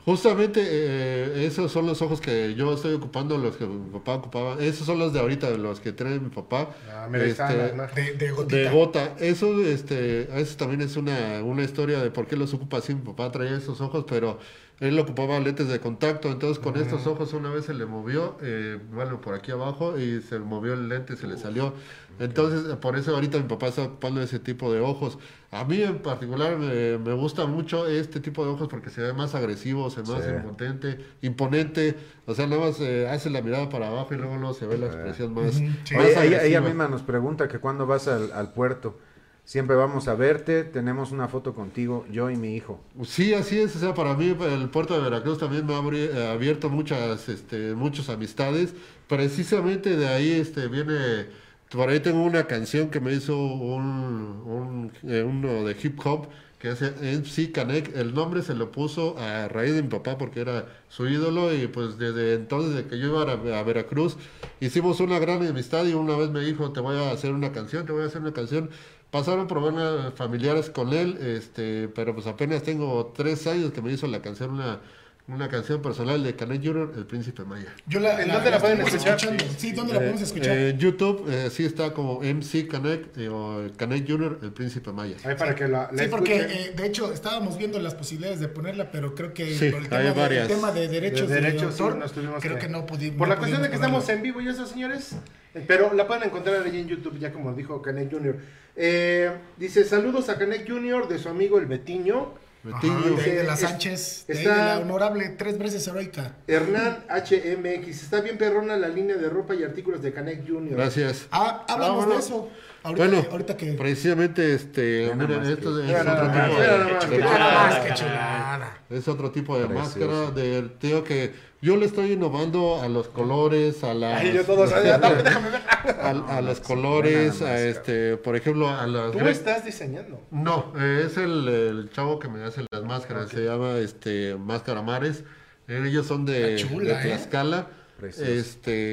Justamente eh, esos son los ojos que yo estoy ocupando, los que mi papá ocupaba. Esos son los de ahorita, los que trae mi papá. Ah, mira, ahí está la imagen. De, de gotita. De gota. Eso, este, eso también es una, una historia de por qué los ocupa así. Mi papá traía esos ojos, pero él ocupaba lentes de contacto. Entonces, con estos ojos una vez se le movió, eh, bueno, por aquí abajo, y se movió el lente y se le salió. Entonces, por eso ahorita mi papá está ocupando ese tipo de ojos. A mí en particular me, me gusta mucho este tipo de ojos porque se ve más agresivo, se ve más Sí. imponente, imponente. O sea, nada más eh, hace la mirada para abajo y luego, luego se ve la expresión más, Sí. más Oye, ella, ella agresiva. misma nos pregunta que cuando vas al, al puerto. Siempre vamos a verte, tenemos una foto contigo, yo y mi hijo. Sí, así es. O sea, para mí el puerto de Veracruz también me ha abri- eh, abierto muchas, este, muchas amistades. Precisamente de ahí este, viene, por ahí tengo una canción que me hizo un, un eh, uno de hip hop que es M C Canek. El nombre se lo puso a raíz de mi papá porque era su ídolo y pues desde entonces, de que yo iba a, a Veracruz, hicimos una gran amistad y una vez me dijo, te voy a hacer una canción, te voy a hacer una canción. Pasaron problemas familiares con él, este, pero pues apenas tengo tres años que me hizo la canción, una, una canción personal de Canek junior, El Príncipe Maya. Yo la, ¿En dónde la pueden estamos escuchar? escuchando. Sí, ¿dónde la podemos escuchar? Eh, en YouTube eh, sí está como M C Canek eh, o Canek junior, El Príncipe Maya. Ahí para que la, la Sí, porque escuchen. eh, de hecho estábamos viendo las posibilidades de ponerla, pero creo que Sí, por el hay tema, de, varias. el tema de derechos De de, derechos, sí, autor, nos tuvimos creo que- que, no pudimos. Por la no cuestión de que pudimos estamos ponerla. en vivo y eso, señores. Eh, Pero la pueden encontrar ahí en YouTube, ya como dijo Canek junior Eh, dice, saludos a Canek junior de su amigo el Betiño. Ajá, Betiño. de, ahí de la Es- Sánchez, de, ahí está- de la honorable tres veces heroica. Hernán H M X. Está bien perrona la línea de ropa y artículos de Canek junior Gracias. Ah, hablamos Ah, bueno. de eso. Ahorita, Bueno, que, ahorita que. precisamente, este, Mira miren, más esto que- es Mira nada otro más, tipo mira de, nada más, de qué Nada chulada. más, qué chulada. es otro tipo de Precioso. máscara. De, te digo que yo le estoy innovando a los colores, a las, Ay, yo todos, ay, dame, déjame ver. a, a los colores, buena a máscara. este, por ejemplo, a las Tú estás diseñando. No, eh, es el, el chavo que me hace las máscaras, se llama este Máscara Mares. Eh, Ellos son de, Está chula, de ¿eh? Tlaxcala. Precioso. Este,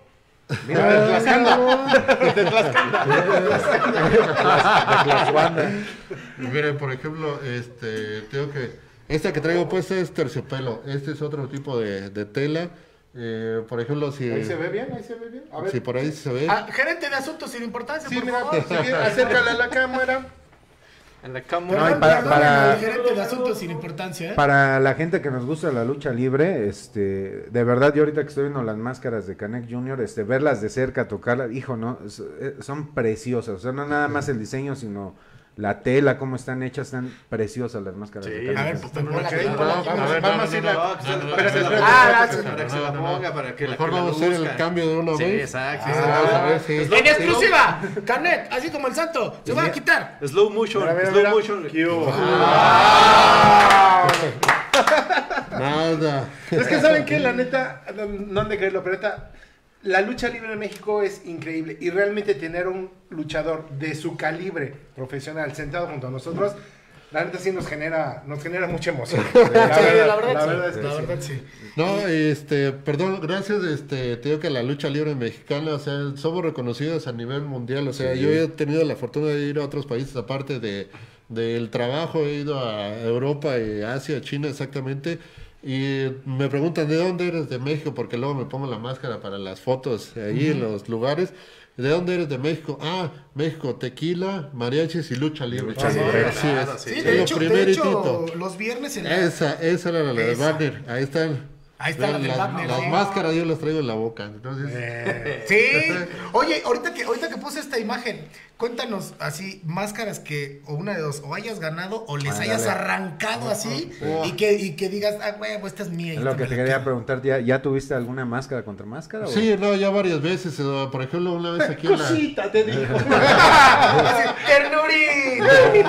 Mira, de Tlaxcala. De Tlaxcala. De Tlaxuana. miren, por ejemplo, este, tengo que esta que traigo puesta es terciopelo. Este es otro tipo de, de tela. Eh, por ejemplo, si, Ahí se ve bien, ahí se ve bien. A ver. si por ahí se ve. Ah, gerente de asuntos sin importancia, Sí, por mira, favor. si bien, acércala a la cámara. En la No, cámara. y para- Perdón, para- el gerente de asuntos sin importancia, ¿eh? Para la gente que nos gusta la lucha libre, este, de verdad, yo ahorita que estoy viendo las máscaras de Canek junior, este, verlas de cerca, tocarlas, hijo, no, es- eh, son preciosas, o sea, no nada más el diseño, sino la tela, cómo están hechas, están preciosas las máscaras de Sí. Canek A ver, junior. pues ponla Ok, aquí, ponla vamos, aquí. vamos, A ver, vamos no, a no, ir no, a- no, que se la- Espérate, que se la- espérate, Ah, espérate, para que se la No, no, no. ponga, para que la Mejor que la vamos a hacer el luzca. cambio de una Sí, vez. exacto. Ah, a ver, sí. ¡En exclusiva! Canek, así como el santo, se va a quitar. Slow motion, Mira, mira, slow mira. motion. ¿Qué hubo? Nada. Es que saben que la neta, no, no han de creerlo, pero neta, la lucha libre en México es increíble y realmente tener un luchador de su calibre profesional sentado junto a nosotros, la neta sí nos genera, nos genera mucha emoción. Sí, la verdad, la sí. verdad es que La sí. verdad, sí. No, este, perdón, gracias, este, te digo que la lucha libre mexicana, o sea, somos reconocidos a nivel mundial, o sea, yo he tenido la fortuna de ir a otros países aparte de del trabajo, he ido a Europa y Asia, China exactamente, y me preguntan de dónde eres de México, porque luego me pongo la máscara para las fotos ahí en los lugares. ¿De dónde eres de México? Ah, México, tequila, mariachis y lucha libre. Lucha Ah, libre. así es. Claro, sí. Sí, Es de lo hecho, de primeritito. hecho, los viernes en la... Esa, esa era la de Esa. Wagner. Ahí están. Ahí está la Vean, de las, Wagner, las sí. máscaras yo las traigo en la boca. Entonces, Eh, Sí. Oye, ahorita que, ahorita que puse esta imagen, cuéntanos así, máscaras que, o una de dos, o hayas ganado o les Ah, hayas dale. arrancado así y que, y que digas, ah, huevo, esta es mía. y Es lo esta que me te la quería quedo. preguntar, ¿ya, ya tuviste alguna máscara contra máscara? o- sí, no, ya varias veces. eh, Por ejemplo, una vez aquí en la... cosita, te digo. Así, ¡ternurita! ¡Mi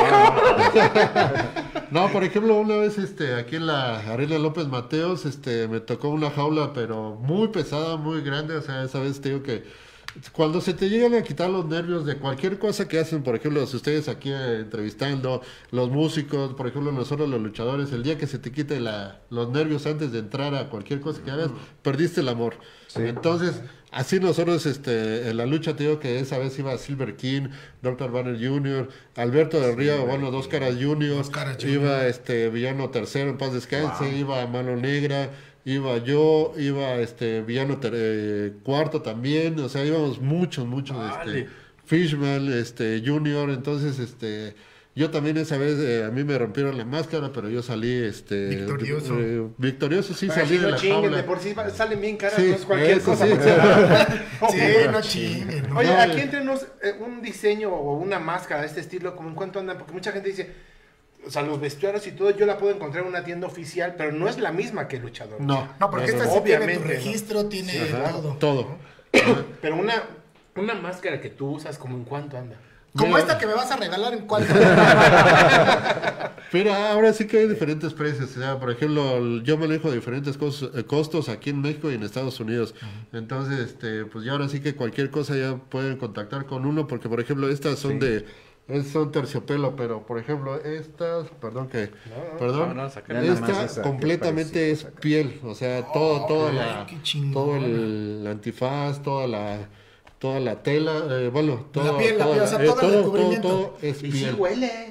No, por ejemplo, una vez este, aquí en la Arena López Mateos, este, me tocó una jaula, pero muy pesada, muy grande. O sea, esa vez te digo que cuando se te llegan a quitar los nervios de cualquier cosa que hacen, por ejemplo, si ustedes aquí eh, entrevistando, los músicos, por ejemplo, nosotros los luchadores, el día que se te quite la, los nervios antes de entrar a cualquier cosa que hagas, perdiste el amor. Sí. Entonces, así nosotros este, en la lucha, te digo que esa vez iba Silver King, doctor Banner junior, Alberto del Río, bueno, Dos Caras junior, Dos Caras Junior. iba este Villano Tercero, en paz descanse, Wow. iba Mano Negra, iba yo, iba este Villano ter- eh, Cuarto también, o sea, íbamos muchos, muchos, Vale. este, Fishman, este, Junior, entonces, este, yo también esa vez, eh, a mí me rompieron la máscara, pero yo salí, este, Victorioso. eh, victorioso, sí, Ay, salí no de la chinguen, jaula. de por sí va- salen bien caras, Sí, no es cualquier eso cosa. sí. Sí, no chinguen. ¿no? Oye, No, aquí eh. entre nos, eh, un diseño o una máscara de este estilo, ¿como en cuánto andan? Porque mucha gente dice, o sea, los vestuarios y todo, yo la puedo encontrar en una tienda oficial, pero no es la misma que el luchador. No, No, porque no, esta no, sí tiene obviamente, tu ¿no? registro, tiene Ajá, todo. todo. Pero una, una máscara que tú usas, ¿como en cuánto anda? Como Mira. esta que me vas a regalar en cuanto. Pero ahora sí que hay diferentes precios. O sea, por ejemplo, yo manejo diferentes cos- eh, costos aquí en México y en Estados Unidos. Entonces, este, pues ya ahora sí que cualquier cosa ya pueden contactar con uno, porque por ejemplo estas son de es- son terciopelo, pero por ejemplo estas, perdón que, perdón, no, no, saca- Ya nada más esta esa que completamente parecía es sacar. piel, o sea, todo, toda la, qué chingón. todo el antifaz, toda la toda la tela, eh, bueno, todo, piel, la toda piel, o sea, eh, todo el todo, todo, recubrimiento. todo es Y sí piel. huele.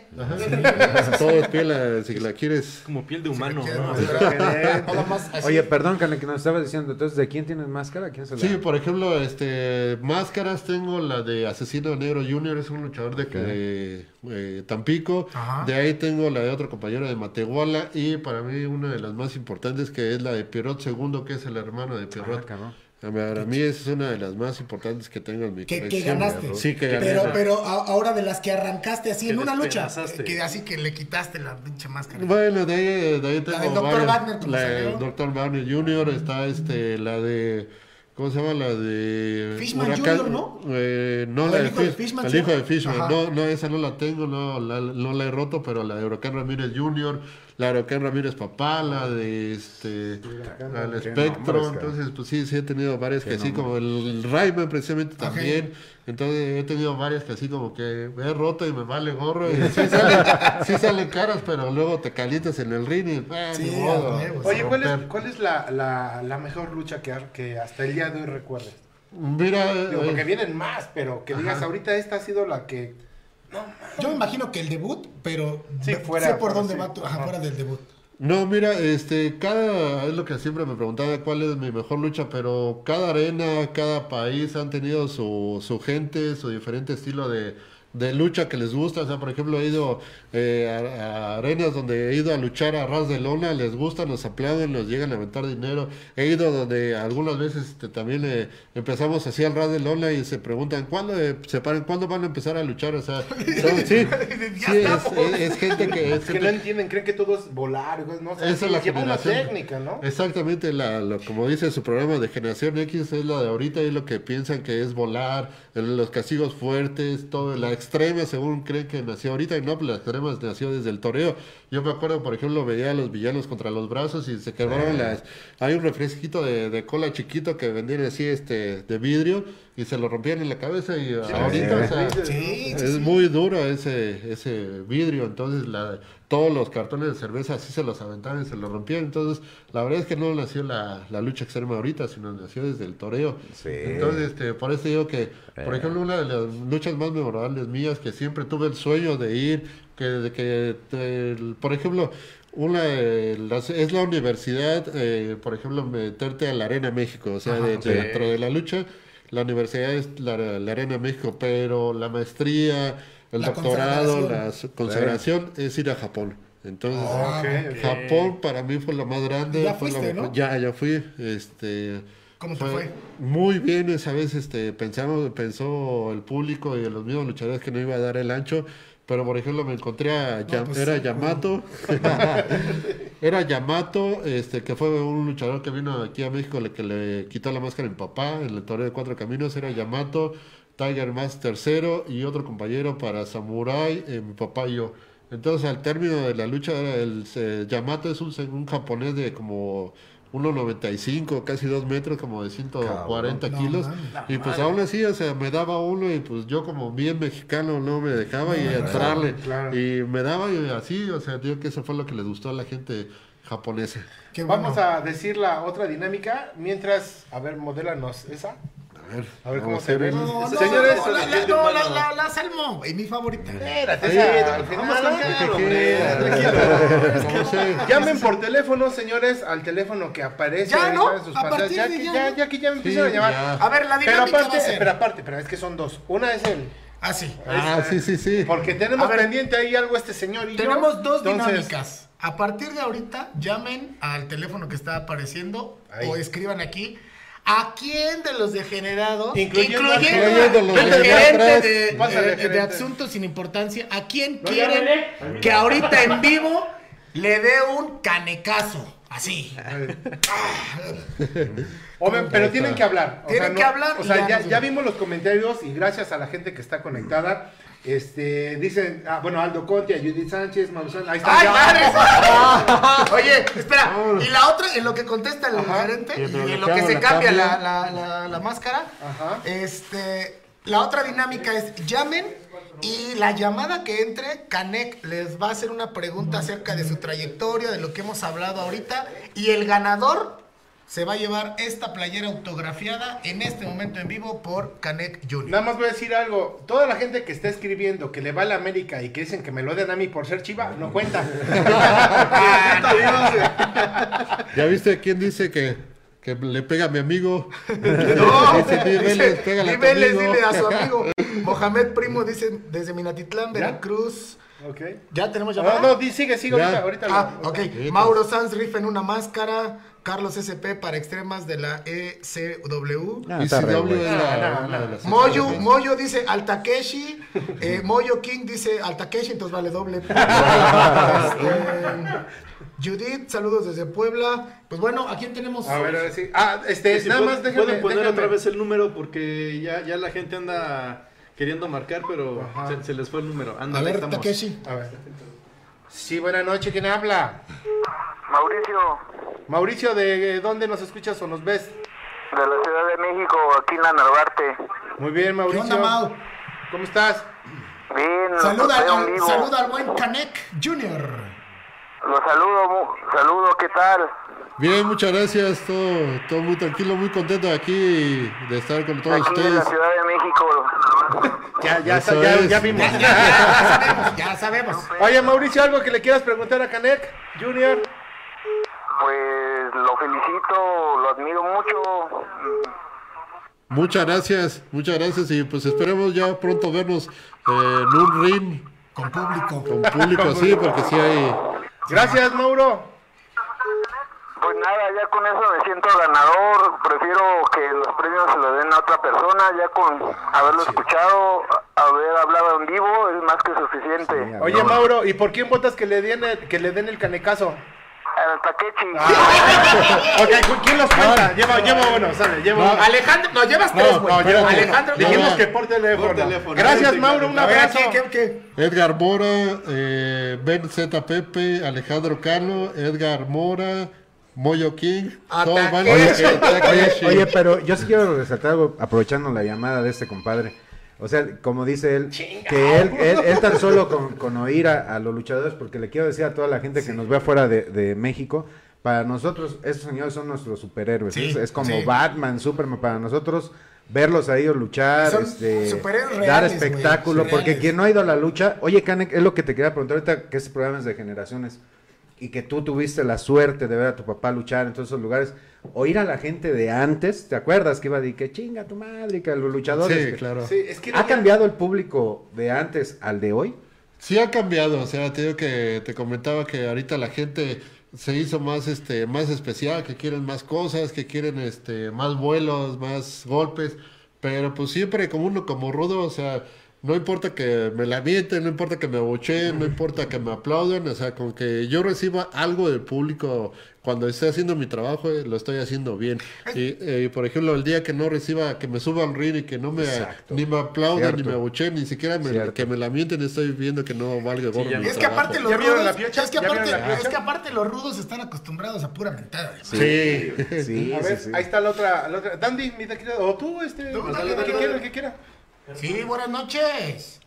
Ajá. Todo es piel, eh, si la quieres. Como piel de humano, quiero ¿no? mostrar. Nada más así. Oye, perdón, que que nos estabas diciendo, entonces, ¿de quién tienes máscara? ¿Quién se la Sí, por ejemplo, este máscaras tengo la de Asesino Negro junior, es un luchador de, de, eh, Tampico. Ajá. De ahí tengo la de otro compañero de Matehuala y para mí una de las más importantes que es la de Pierrot segundo, que es el hermano de Ah, Pierrot. cabrón. Para mí esa es una de las más importantes que tengo en mi Que, que colección. ganaste. Sí, que gané. Pero, pero a- ahora de las que arrancaste así Que en una lucha. despedazaste. Que así que le quitaste la pinche máscara. Bueno, de ahí, de ahí tengo del doctor varias. Wagner, ¿cómo La salió? del doctor Wagner junior, está este, la de... ¿Cómo se llama? La de... Fishman junior, ¿no? Eh, no, ¿O la el de hijo de Fish- Fishman, El sí? hijo de Fishman. Ajá. No, no, esa no la tengo, no la, no la he roto, pero la de Huracán Ramírez junior, la de Huracán Ramírez Papá, la de este... La del Qué Espectro. nombres, cara. Entonces, pues sí, sí he tenido varias que Qué así, nombres. como el Rayman precisamente Ok. también. Entonces he tenido varias que así como que me he roto y me vale gorro. Y sí salen, sí salen caras, pero luego te calientas en el ring y eh, Sí, ni modo. a huevo, Oye, ¿cuál es, Romper. cuál es la, la, la mejor lucha que, ha- que hasta el día de hoy recuerdes? Mira, Digo, eh, porque vienen más, pero que digas, ahorita esta ha sido la que... Yo me imagino que el debut, pero Sí, ve- fuera, sé por fuera, dónde sí. va tu, ajá, Ajá. fuera del debut. no, mira, este, cada, es lo que siempre me preguntaba cuál es mi mejor lucha, pero cada arena, cada país han tenido su, su gente, su diferente estilo de, de lucha que les gusta. O sea, por ejemplo, he ido eh, a, a arenas donde he ido a luchar a ras de lona, les gusta, nos aplauden, nos llegan a aventar dinero. He ido donde algunas veces este, también eh, empezamos así al ras de lona y se preguntan, ¿cuándo eh, se paran, cuándo van a empezar a luchar? O sea, son- sí, Ya sí, es, estamos. es- es gente que... Es Es que gente no entienden, creen que todo es volar, güey, ¿no? O sea, esa es la lleva una generación. técnica, ¿no? Exactamente, la, lo- como dice su programa de Generación X, es la de ahorita y lo que piensan que es volar, el- los castigos fuertes, todo, la extrema, según creen que nació ahorita, y no, pues la extrema nació desde el toreo. Yo me acuerdo, por ejemplo, veía a los villanos contra los brazos y se quebraron las... Hay un refresquito de, de cola chiquito que vendían así, este, de vidrio, y se lo rompían en la cabeza y ahorita, o sea, Sí, sí, es sí. muy duro ese, ese vidrio, entonces la, todos los cartones de cerveza así se los aventaban y se los rompían, entonces la verdad es que no nació la, la lucha extrema ahorita, sino nació desde el toreo. Sí. Entonces, este, por eso digo que, por Eh. ejemplo, una de las luchas más memorables mías, que siempre tuve el sueño de ir, que de que, te- por ejemplo, una eh, las- es la universidad, eh, por ejemplo, meterte a la Arena México, o sea, de- sí. dentro de la lucha. La universidad es la, la Arena México, pero la maestría, el La doctorado, consagración. la s- consagración es ir a Japón. Entonces, Ah, Ok, ok. Japón para mí fue lo más grande. Ya fue lo fuiste, mejor- ¿no? Ya, ya fui. Este, ¿Cómo te fue? Muy bien esa vez. Este, pensamos, pensó el público y los mismos luchadores que no iba a dar el ancho. Pero por ejemplo me encontré a No, Ya- pues, era sí, Yamato. Era Yamato, este, que fue un luchador que vino aquí a México, le, que le quitó la máscara a mi papá en el torneo de Cuatro Caminos. Era Yamato, Tiger Mask tercero y otro compañero para Samurai, eh, mi papá y yo. Entonces al término de la lucha, era el eh, Yamato es un, un japonés de como uno noventa y cinco, casi dos metros, como de ciento cuarenta no, kilos. mames. Y pues aún así, o sea, me daba uno y pues yo como bien mexicano no me dejaba y entrarle. claro. Y me daba y así, o sea, digo que eso fue lo que le gustó a la gente japonesa. Qué bueno. Vamos a decir la otra dinámica. Mientras, a ver, modélanos esa. A ver, A ver cómo vamos se a ve. ver. No, no, Señores, no, la, la, no, la, la, la Salmo, es mi favorita. espérate, Sí, esa, al vamos final, con calma, ¿qué hombre, quieres? tranquilo. Como se- Llamen por teléfono, señores, al teléfono que aparece Ya, ahorita ¿no? en sus A pantallas. partir Ya de que ya, ya, ¿no? ya que ya me Sí, empiezan a llamar. ya. A ver, la Pero dinámica aparte, va a ser... pero aparte, pero es que son dos. Una es el. Ah, sí. Ah, sí, sí, sí. Porque tenemos A ver. pendiente ahí algo este señor y yo. Tenemos dos Entonces, dinámicas. A partir de ahorita, llamen al teléfono que está apareciendo Ahí. o escriban aquí. ¿A quién de los degenerados, Incluyendo al Incluyendo los al de gerente atrás. de, Pásale, de- de gerente. asuntos sin importancia, a quién No, quieren llámale. que ahorita en vivo le dé un canecazo? Así. Hombre, pero tienen que hablar. O Tienen sea, que hablar O y sea, ya ya, nos ya vemos. vimos los comentarios y gracias a la gente que está conectada. Este, dicen, ah, bueno, Aldo Conti, a Judith Sánchez, Maussan, ahí está. ¡Ay, ya. madre! Oye, espera. Y la otra, en lo que contesta el Ajá. gerente Y y en lo en lo que que hago se la cambia cambio. la, la, la, la máscara, Ajá. este, la otra dinámica es llamen y la llamada que entre, Canek les va a hacer una pregunta acerca de su trayectoria, de lo que hemos hablado ahorita, y el ganador se va a llevar esta playera autografiada en este momento en vivo por Canek junior Nada más voy a decir algo. Toda la gente que está escribiendo que le va a la América y que dicen que me lo den a mí por ser chiva, no cuenta. ¿Ya viste quién dice que, que le pega a mi amigo? No, Dice, "Di Vélez, dice, pégale a Di tu Vélez, amigo". dile a su amigo. Mohamed Primo dice desde Minatitlán, Veracruz. Ok. ¿Ya tenemos No, llamada? no, di- sigue, sigue Ya. ahorita. ahorita Ah, lo- ok. Mauro Sanz rifa en una máscara. Carlos S P para extremas de la E C W. Ah, Y está C re W güey. es la, No, no, una de no. las Moyo, secciones. Moyo dice al Takeshi. Eh, Moyo King dice al Takeshi, entonces vale doble. Este, Judith, saludos desde Puebla. Pues bueno, ¿a quién tenemos? A ver, a ver si. Ah, este, Sí, nada pu- más déjame. Pueden poner déjame. otra vez el número porque ya, ya la gente anda queriendo marcar, pero Ajá. se, se les fue el número. A Ándale, ver, estamos. Takeshi. A ver. Sí, buenas noches, ¿quién habla? Mauricio, Mauricio, ¿de dónde nos escuchas o nos ves? de la Ciudad de México, aquí en la Narvarte. Muy bien, ¿Qué Mauricio. onda, Mau? ¿Cómo estás? Bien, los Saluda veo en al, vivo. saluda al buen Canek junior Los saludo, mu- saludo, ¿qué tal? Bien, muchas gracias. Todo, todo muy tranquilo, muy contento de aquí de estar con todos Aquí en ustedes. la Ciudad de México. Ya, ya, Eso ya, es. ya vimos. Ya, ya, ya sabemos, ya sabemos. Oye, Mauricio, ¿algo que le quieras preguntar a Canek Junior? Pues lo felicito, lo admiro mucho. Muchas gracias, muchas gracias y pues esperemos ya pronto vernos eh, en un ring Con público. con público así, porque sí hay... Gracias, Mauro. Pues nada, ya con eso me siento ganador. Prefiero que los premios se los den a otra persona. Ya con haberlo escuchado, haber hablado en vivo, es más que suficiente. Oye, Mauro, ¿y por quién votas que le den el, que le den el canecazo? Al Takechi. Ok, ¿quién los cuenta? Lleva, lleva uno, sale, lleva uno. Alejandro, no, llevas No, tres, güey. no, lleva uno. Alejandro, Dijimos no. que por teléfono. Por teléfono. Gracias, Sí, Mauro, claro. un A ver, abrazo. ¿qué, qué, qué? Edgar Mora, eh, Ben Z. Pepe, Alejandro Cano, Edgar Mora, Moyo King, todos van a Ataque. Oye, oye, pero yo sí quiero resaltar algo aprovechando la llamada de este compadre. O sea, como dice él, que él, él, él tan solo con, con oír a, a los luchadores, porque le quiero decir a toda la gente que nos ve afuera de, de México, para nosotros, estos señores son nuestros superhéroes. Sí, es, es como sí. Batman, Superman, para nosotros verlos a ellos luchar, Son este, superhéroes dar reales, espectáculo, güey, porque reales. quien no ha ido a la lucha, oye, Canek, es lo que te quería preguntar ahorita, que este programa es de generaciones, y que tú tuviste la suerte de ver a tu papá luchar en todos esos lugares, oír a la gente de antes, ¿te acuerdas que iba a decir que chinga tu madre, que los luchadores? Sí, que- claro. Sí, es que ¿Ha cambiado el público de antes al de hoy? Sí ha cambiado, o sea, te digo que te comentaba que ahorita la gente se hizo más este más especial, que quieren más cosas, que quieren este más vuelos, más golpes, pero pues siempre como uno como rudo, o sea, no importa que me la mienten, no importa que me abucheen, no importa que me aplaudan, o sea, con que yo reciba algo del público cuando esté haciendo mi trabajo, eh, lo estoy haciendo bien. Y, eh, por ejemplo, el día que no reciba, que me suba al ring y que no me, Exacto. ni me aplaudan, Cierto. ni me abucheen, ni siquiera me, Cierto. que me la mienten, estoy viendo que no valga gorro ya mi no. Es que trabajo. aparte los ¿Ya vieron rudos, la piocha? es que ¿Ya aparte, vieron la piocha? es que aparte los rudos están acostumbrados a pura mentada. Sí. Sí, A ver, sí, sí. ahí está la otra, la otra. Dandy, mi taquero, o tú, este, No, el dale, que dale, quiera, dale. el que quiera. Sí, buenas noches.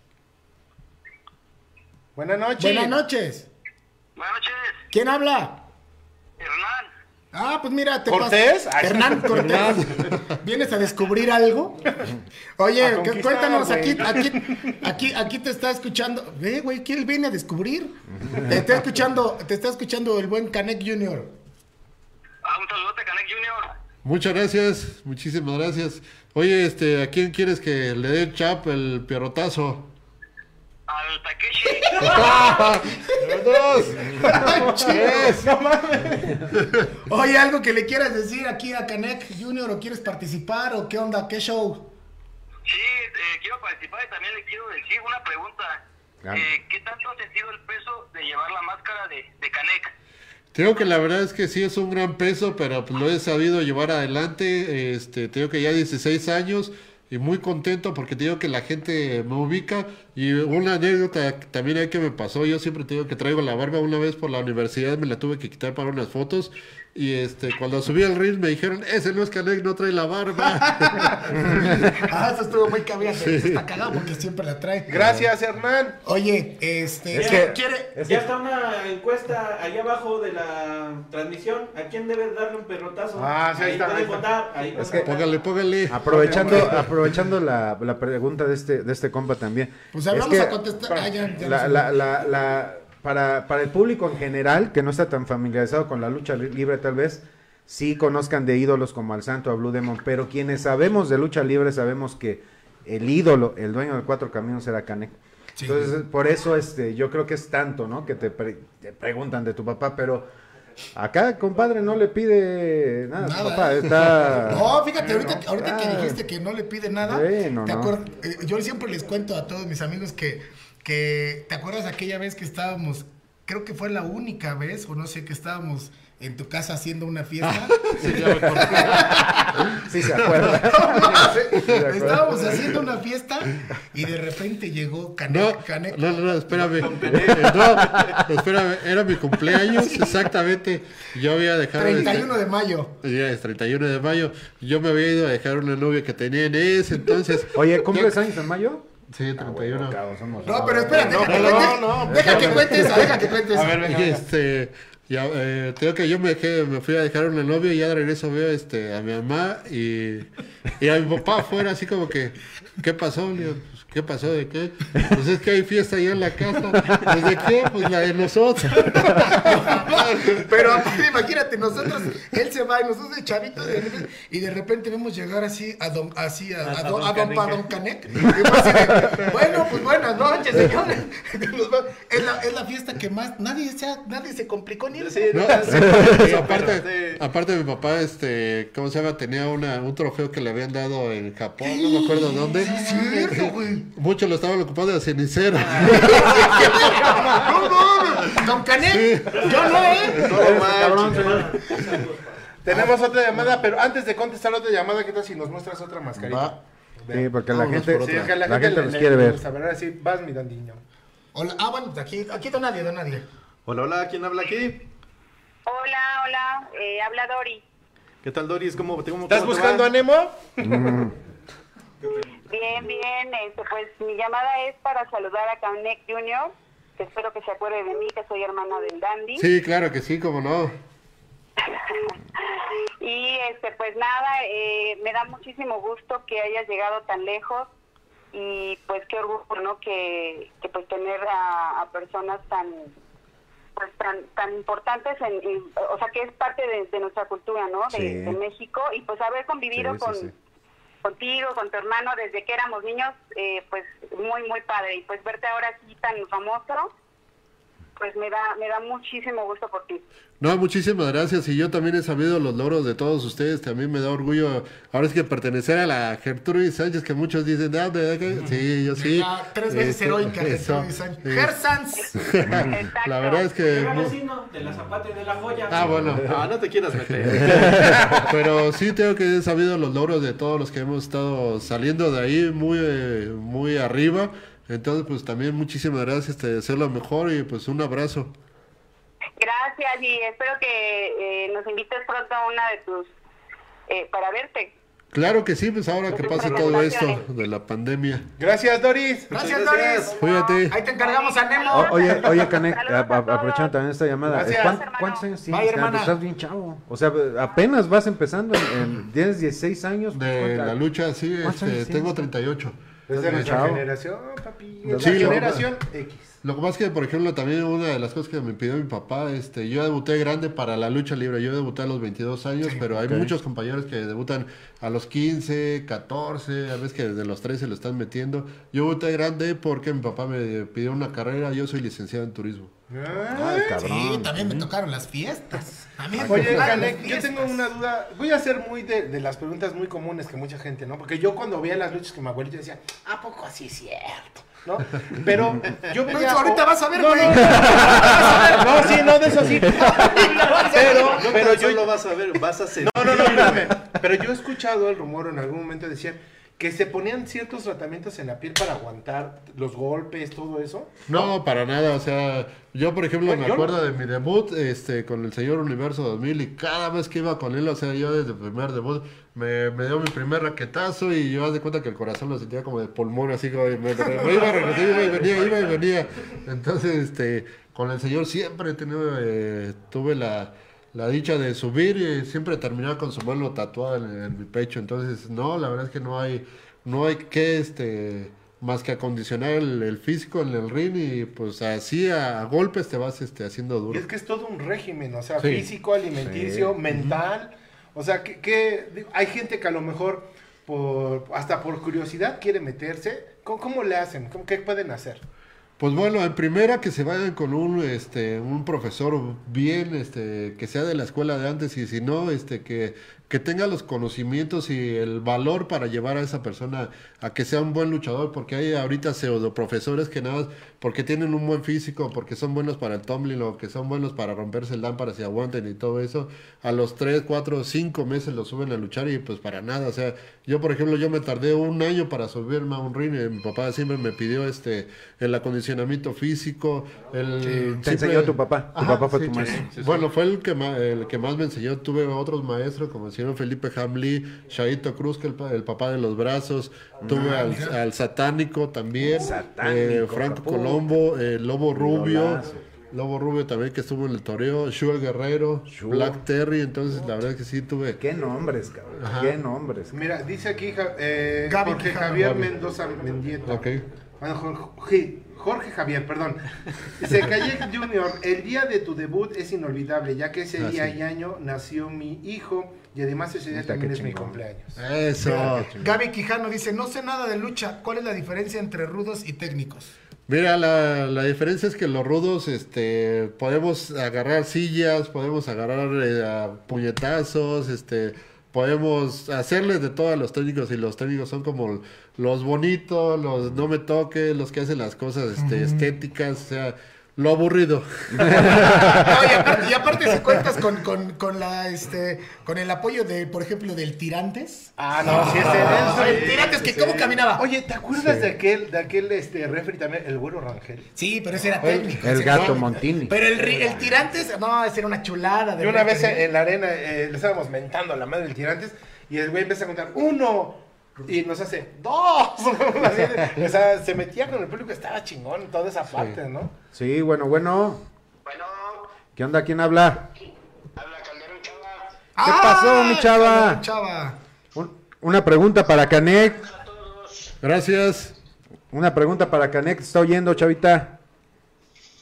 Buenas noches. Buenas noches. Buenas noches, ¿Quién habla? Hernán. Ah, pues mira, te ¿Cortés? pas- Hernán Cortés. ¿Vienes a descubrir algo? Oye, A que- conquistar, cuéntanos, güey. aquí, aquí, aquí, aquí te está escuchando. Ve, güey, ¿quién viene a descubrir? Te está escuchando, te está escuchando el buen Canek junior Ah, un saludote, Canek Junior. Muchas gracias, muchísimas gracias. Oye, este, ¿a quién quieres que le dé el chap, el pierrotazo? Al Takeshi. ¡Dos! ¡Tres! No mames. Oye, algo que le quieras decir aquí a Canek junior o quieres participar o qué onda, qué show. Sí, eh, quiero participar y también le quiero decir una pregunta. Claro. Eh, ¿Qué tanto ha sentido el peso de llevar la máscara de, de Canek? Te digo que la verdad es que sí es un gran peso, pero pues lo he sabido llevar adelante. Este, te digo que ya dieciséis años y muy contento porque te digo que la gente me ubica. Y una anécdota también hay que me pasó, yo siempre te digo que traigo la barba. Una vez por la universidad me la tuve que quitar para unas fotos. Y este, cuando subí al ring me dijeron, ese no es Canek, no trae la barba. Ah, eso estuvo muy cagado. Está cagado porque siempre la trae. Gracias, Hernán. Oye, este, Es ¿quiere- que- quiere? Es Ya que- está una encuesta allá abajo de la transmisión. ¿A quién debe darle un perrotazo? Ah, sí, ahí está, ahí pueden está. votar. Ahí Es pueden que- votar. Póngale, póngale. Aprovechando, aprovechando la, la pregunta de este, de este compa también. Pues Es vamos que a contestar. Ah, ya, ya la, no sé. la, la, la- para, para el público en general, que no está tan familiarizado con la lucha li- libre tal vez, sí conozcan de ídolos como al Santo, a Blue Demon, pero quienes sabemos de lucha libre sabemos que el ídolo, el dueño de Cuatro Caminos era Canek. Sí. Entonces, por eso este, yo creo que es tanto, ¿no? Que te, pre- te preguntan de tu papá, pero acá, compadre, no le pide nada, a su Nada, papá, ¿eh? está... No, fíjate, ahorita, No, ahorita que ah. dijiste que no le pide nada, Sí, no, ¿te no. acuer- eh, yo siempre les cuento a todos mis amigos que, que, ¿te acuerdas aquella vez que estábamos, creo que fue la única vez, o no sé, que estábamos en tu casa haciendo una fiesta? Sí, ya me acordé. Sí se acuerda. Sí se acuerda. Estábamos haciendo una fiesta y de repente llegó No, Canek, Canek. no, no, no, espérame. No, espérame, era mi cumpleaños, exactamente. Yo había dejado. treinta y este- uno de mayo. Ya es treinta y uno de mayo. Yo me había ido a dejar una novia que tenía en ese entonces. Oye, ¿cumples años en mayo? Sí, treinta y uno. Cabo, somos- No, pero espérate, No, deja, que no, cuentes, no, deja que cuentes, deja que cuentes. A ver, venga, Y venga. este, ya, eh, tengo que yo me dejé, me fui a dejar una novia y ya de regreso veo este, a mi mamá y, y a mi papá afuera así como que, ¿qué pasó? Le digo, pues, ¿qué pasó? ¿De qué? Pues es que hay fiesta allá en la casa. ¿Pues de qué? Pues la de nosotros. Pero aparte, imagínate, nosotros, él se va y nosotros de chavitos y de repente vemos llegar así a don, así a, a, A don, don a don, pa- Canek. don Canek. Y fue así de, bueno, pues buenas noches, señores. Es la, es la fiesta que más, nadie se, ha- nadie se complicó ni él. Sí, No, no, sí, y sí, aparte, pero, sí. aparte mi papá, este, ¿cómo se llama? Tenía una, un trofeo que le habían dado en Japón, no me acuerdo dónde. Cierto, güey. Muchos lo estaban ocupando de cenicero. No, no, don Canek, yo no, ¿eh? Eres cabrón, señor. Tenemos otra llamada, pero antes de contestar otra llamada, ¿qué tal si nos muestras otra mascarita? Va. Sí, porque la Vámonos gente, por Sí, otra. que la, la gente, gente le- los le- quiere le ver. gusta. A ver, así, vas, mi dandiño. Hola, ah, bueno, pues aquí, aquí don nadie, don nadie. Hola, hola, ¿quién habla aquí? Hola, hola, eh, habla Dori. ¿Qué tal, Doris? ¿Cómo, cómo, cómo ¿Estás te buscando va? a Nemo? Bien, bien, este, pues mi llamada es para saludar a Canek junior, que espero que se acuerde de mí, que soy hermana del Dandy. Sí, claro que sí, cómo no. Y este, pues nada, eh, me da muchísimo gusto que hayas llegado tan lejos y pues qué orgullo, ¿no? Que, que pues tener a, a personas tan pues tan tan importantes, en, en- o sea, que es parte de, de nuestra cultura, ¿no? De, Sí. de México y pues haber convivido Sí, sí, con sí. contigo, con tu hermano desde que éramos niños, eh, pues muy, muy padre. Y pues verte ahora aquí tan famoso, pues me da me da muchísimo gusto por ti. No, muchísimas gracias. Y yo también he sabido los logros de todos ustedes. También me da orgullo, ahora es que pertenecer a la Gertrudis Sánchez, que muchos dicen, ah, ¿de qué? Sí, yo sí. La tres veces Este, heroica eso, Gertrudis Sánchez. sí. Gersans. La verdad es que... Era mu- vecino de la Zapata y de la Joya. Ah, bueno. Ah, no te quieras meter. Pero sí tengo que he sabido los logros de todos los que hemos estado saliendo de ahí muy, eh, muy arriba. Entonces, pues también muchísimas gracias, te deseo lo mejor y pues un abrazo. Gracias y espero que eh, nos invites pronto a una de tus eh, para verte. Claro que sí, pues ahora que pase todo esto de la pandemia. Gracias, Doris. Gracias, Doris. Cuídate. Ahí te encargamos a Nemo. O- oye, oye, Canek, Saludos a- a a- todos. aprovechando también esta llamada, Gracias. ¿cuán- Hermano. ¿cuántos años Bye, tienes? Canek? hermana. Estás bien chavo. O sea, apenas vas empezando, en, en- tienes dieciséis años. De ¿cuánta- la lucha, sí, ¿Cuántos este, años tengo tienes? treinta y ocho. Es de nuestra Chao. generación, papi. Sí, Es la lo- generación X. Lo que más que, por ejemplo, también una de las cosas que me pidió mi papá, este, yo debuté grande para la lucha libre, yo debuté a los veintidós años, pero hay ok. muchos compañeros que debutan a los quince, catorce, a veces que desde los trece lo están metiendo. Yo debuté grande porque mi papá me pidió una carrera, yo soy licenciado en turismo. Ay, cabrón. Sí, también me tocaron las fiestas. A mí me Oye, tocaron Canek, las yo fiestas. tengo una duda. Voy a hacer muy de, de las preguntas muy comunes que mucha gente, ¿no? Porque yo cuando veía las luchas que mi abuelito decía, ¿a poco así es cierto? ¿No? Pero yo No, veía... ahorita vas a ver, no, güey. no, no, sí, no, de eso sí. Pero, No pero tan yo... solo vas a ver, vas a sentir. No, no, no, espérame. Pero yo he escuchado el rumor en algún momento decían que se ponían ciertos tratamientos en la piel para aguantar los golpes, todo eso. No, para nada, o sea, yo por ejemplo Bueno, me yo acuerdo no- de mi debut este, con el señor Universo dos mil y cada vez que iba con él, o sea, yo desde el primer debut me, me dio mi primer raquetazo y yo haz de cuenta que el corazón lo sentía como de pulmón, así como me, me iba a regresar, iba y venía, iba y venía. Entonces, este, con el señor siempre he tenido, eh, tuve la, la dicha de subir y siempre terminaba con su mano tatuada en, en mi pecho. Entonces, no, la verdad es que no hay, no hay que, este, más que acondicionar el, el físico en el ring y pues así a, a golpes te vas este, haciendo Y duro. es que es todo un régimen, o sea, Sí. físico, alimenticio, Sí. mental. O sea, que, que digo, hay gente que a lo mejor por hasta por curiosidad quiere meterse. ¿Cómo, cómo le hacen? ¿Cómo, ¿Qué pueden hacer? Pues bueno, en primera que se vayan con un este un profesor bien este que sea de la escuela de antes y si no este que que tenga los conocimientos y el valor para llevar a esa persona a que sea un buen luchador, porque hay ahorita pseudo profesores que nada más porque tienen un buen físico, porque son buenos para el tumbling o que son buenos para romperse el lámpara si aguanten y todo eso, a los tres, cuatro, cinco meses lo suben a luchar y pues para nada, o sea, yo por ejemplo yo me tardé un año para subirme a un ring, y mi papá siempre me pidió este el acondicionamiento físico, el Te simple- enseñó tu papá. Tu Ajá, papá fue sí, tu sí, maestro. sí, sí. Bueno, fue el que, más, el que más me enseñó. Tuve otros maestros como el señor Felipe Hamli, Shaito Cruz, que el, pa- el papá de los brazos. Tuve al, al satánico también, Satánico, eh, Franco capó. Colombo, eh, Lobo Rubio. Idolazo. Lobo Rubio también que estuvo en el toreo, Shua Guerrero, Shua. Black Terry. Entonces, la verdad es que sí tuve. Qué nombres, cabrón. Ajá. Qué nombres. Mira, dice aquí Ja- eh, Gaby Jorge Quijano. Javier Gaby. Mendoza Mendieta. Ok. Bueno, Jorge, Jorge Javier, perdón. Dice, Canek Junior, el día de tu debut es inolvidable, ya que ese Ah, día sí. y año nació mi hijo y además ese día Neta, también qué es mi chingón. cumpleaños. Eso. Gaby Quijano dice, no sé nada de lucha. ¿Cuál es la diferencia entre rudos y técnicos? Mira, la, la diferencia es que los rudos, este, podemos agarrar sillas, podemos agarrar eh, a puñetazos, este, podemos hacerles de todo a los técnicos y los técnicos son como los bonitos, los no me toques, los que hacen las cosas, este, estéticas, o sea, lo aburrido. No, y aparte, y aparte si cuentas con, con, con la este con el apoyo de, por ejemplo, del Tirantes. Ah, no, sí, ese Ah, es. el Tirantes, que cómo caminaba. Oye, ¿te acuerdas de aquel, de aquel este referee también, el güero Rangel? Sí, pero ese era técnico. El ese- gato no, Montini. Pero el, ri- el Tirantes, no, ese era una chulada. de Y una verdad, vez ¿eh? en la arena eh, le estábamos mentando a la madre del Tirantes y el güey empieza a contar uno y nos hace dos. Así de- o sea, se metía con el público, estaba chingón toda esa parte, ¿no? Sí, bueno, bueno. Bueno, ¿Qué onda? ¿Quién habla? habla Calderón Chava. ¿Qué pasó, mi chava? Calderón Chava. Un- una pregunta para Canek. A todos. Gracias. Una pregunta para Canek. ¿Te está oyendo, chavita?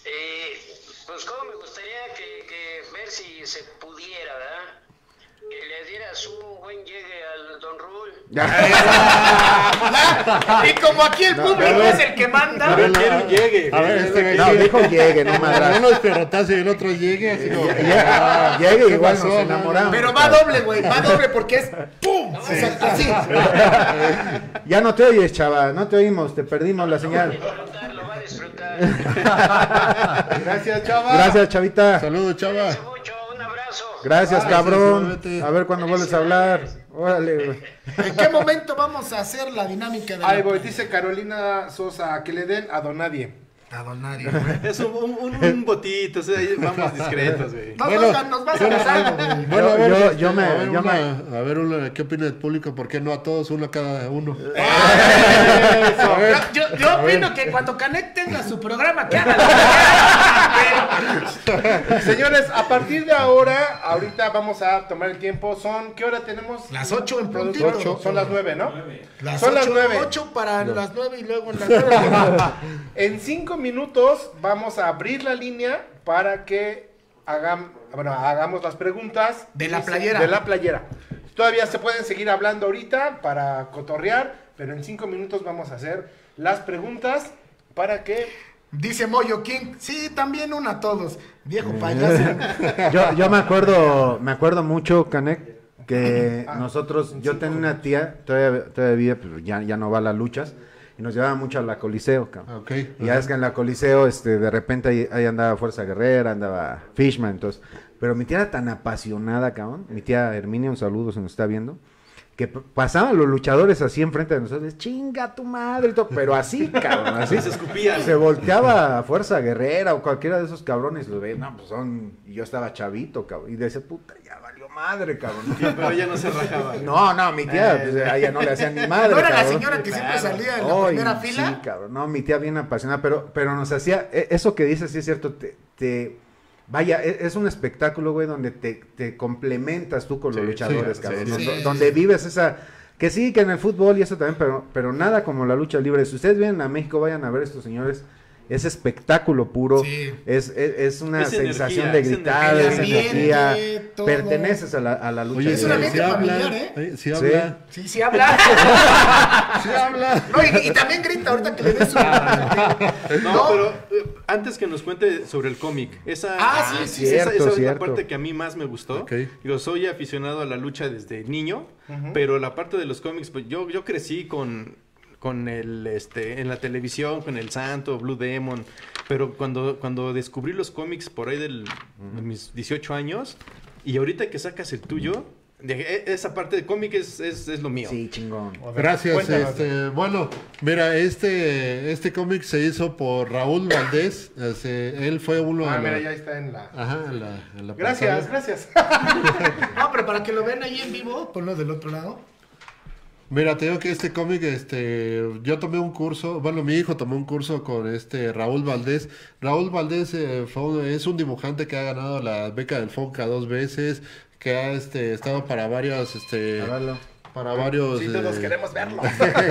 Eh, pues como me gustaría que, que ver si se pudiera, ¿verdad? Que le le dieras un buen llegue al Don Rul. Y como aquí el No, público no, es el que manda. Pero quiere un llegue. A ver, este No, dijo llegue, no madras. Uno es perotazo y el otro llegue, así como... Ya- Llegue ¿Qué igual pasó, nos no? enamoramos. Pero va doble, güey. Va doble porque es ¡pum! O sea, así. Ya no te oyes, chava, no te oímos, te perdimos la señal. Disfrutar, lo va a disfrutar. Gracias, chava. Gracias, chavita. Saludos, chava. Mucho, un abrazo. Gracias, Ah, cabrón. sí, sí, A ver cuándo vuelves a hablar. Órale, güey. ¿En qué momento vamos a hacer la dinámica de Ahí la... voy, dice Carolina Sosa, que le den a Don Nadie. A don Nadie, güey. Es un, un, un, un botito, o sea, ahí vamos discretos, güey. Nos, Bueno, vas a, nos vas a besar, güey. Bueno, a ver, Yo- este, yo me- a ver, yo una- a ver una- ¿qué opina el público? ¿Por qué no a todos, uno a cada uno? Eso. A ver, Yo, yo, yo a ver. opino que cuando Canek tenga su programa, que haga lo que Señores, a partir de ahora, ahorita vamos a tomar el tiempo. Son, ¿qué hora tenemos? Las ocho en Productor? puntito. Son las nueve, ¿no? Las Son ocho, las nueve. ocho para las nueve y luego en las nueve. En cinco minutos vamos a abrir la línea para que hagam- bueno, hagamos las preguntas. De la Dice- playera. De la playera. Todavía se pueden seguir hablando ahorita para cotorrear, pero en cinco minutos vamos a hacer las preguntas para que... Dice Moyo King, sí, también una a todos. Viejo payaso. Yo, yo me acuerdo, me acuerdo mucho, Canek, que nosotros, yo tenía una tía, todavía, todavía vive, pero ya, ya no va a las luchas, y nos llevaba mucho a la Coliseo, cabrón. Ok. Y ya es que en la Coliseo, este, de repente ahí, ahí andaba Fuerza Guerrera, andaba Fishman, entonces. Pero mi tía era tan apasionada, cabrón. Mi tía Herminia, un saludo si nos está viendo. Que p- pasaban los luchadores así enfrente de nosotros, chinga tu madre y todo, pero así, cabrón, así. Se escupían. Se volteaba a Fuerza Guerrera o cualquiera de esos cabrones, los ve, no, pues son, y yo estaba chavito, cabrón, y decía, puta, ya valió madre, cabrón. Pero ella no se rajaba. No, no, mi tía, pues, a ella no le hacía ni madre, ¿No era la cabrón. señora que siempre salía en la Ay, primera sí, fila? cabrón, no, mi tía bien apasionada, pero, pero nos hacía, e- eso que dices sí es cierto, te, te vaya, e- es un espectáculo, güey, donde te, te complementas tú con los Sí, luchadores, sí, cabrón, sí, do- sí. do- donde vives esa, que sí, que en el fútbol y eso también, pero, pero nada como la lucha libre. Si ustedes vienen a México, vayan a ver a estos señores. Es espectáculo puro, Sí. es, es, es una Es sensación energía, de es gritar, energía. es El energía, ambiente, todo. perteneces a la, a la lucha Oye, Es sí, un libre. ambiente sí habla, familiar, ¿eh? ¿eh? Sí Sí. habla. Sí, sí habla. Sí habla. No, y, y también grita ahorita que le des su... No, No. pero eh, antes que nos cuente sobre el cómic, esa, Ah, sí, sí, esa, cierto, esa es la cierto. parte que a mí más me gustó. Ok. Digo, soy aficionado a la lucha desde niño, pero la parte de los cómics, pues yo, yo crecí con con el este en la televisión, con el Santo, Blue Demon, pero cuando cuando descubrí los cómics por ahí del, de mis dieciocho años y ahorita que sacas el tuyo, de- esa parte de cómic es, es, es lo mío. Sí, chingón. Gracias. Cuéntanos. Este, bueno, mira, este este cómic se hizo por Raúl Valdés. Este, él fue uno Ah, de mira, los- ya está en la... Ajá, en la, en la Gracias, pantalla. gracias. No, pero para que lo vean ahí en vivo, ponlo del otro lado. Mira, te digo que este cómic, este, yo tomé un curso, bueno, mi hijo tomó un curso con este Raúl Valdés. Raúl Valdés eh, fue un- es un dibujante que ha ganado la beca del Fonca dos veces, que ha este, estado para varios, este, Hágalo. para varios, Sí, todos eh, queremos verlo.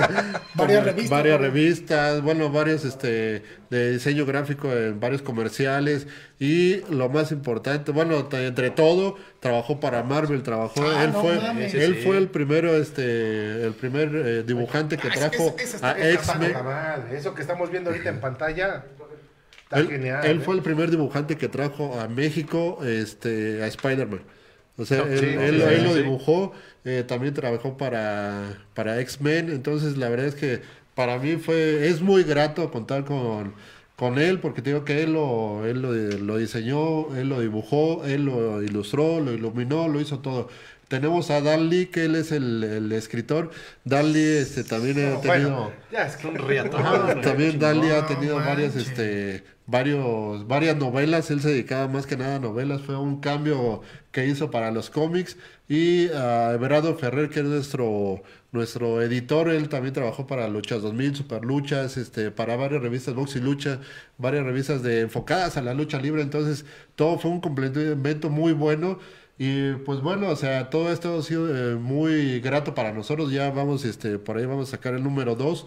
Varias revistas. varias ¿no? revistas, bueno, varios este de diseño gráfico en varios comerciales y lo más importante, bueno, t- entre todo, trabajó para Marvel, trabajó, Ah, él no fue mames. él Sí, sí. fue el primero este el primer eh, dibujante que Ah, es- trajo es- esa a está- esa X-Men. Poca madre, eso que estamos viendo ahorita en pantalla está Él, genial. él ¿eh? fue el primer dibujante que trajo a México este a Spider-Man. O sea, Sí, él, sí, él- sí, él lo sí. dibujó, eh, también trabajó para, para X-Men, entonces la verdad es que para mí fue, es muy grato contar con, con él, porque te digo que él lo, él lo, lo diseñó, él lo dibujó, él lo ilustró, lo iluminó, lo hizo todo. Tenemos a Dan Lee, que él es el, el escritor. Dan Lee este, también ha No, tenido... bueno, ya es que Un riatón. Ajá, también Dan Lee ha No tenido varias, manches. este, varios, varias novelas. Él se dedicaba más que nada a novelas. Fue un cambio que hizo para los cómics. Y a Everardo Ferrer, que es nuestro, nuestro editor, él también trabajó para Luchas dos mil, Super Luchas, este, para varias revistas Box y Lucha, varias revistas de enfocadas a la lucha libre. Entonces, todo fue un complemento muy bueno. Y pues bueno, o sea, todo esto ha sido eh, muy grato para nosotros. Ya vamos, este, por ahí vamos a sacar el número dos.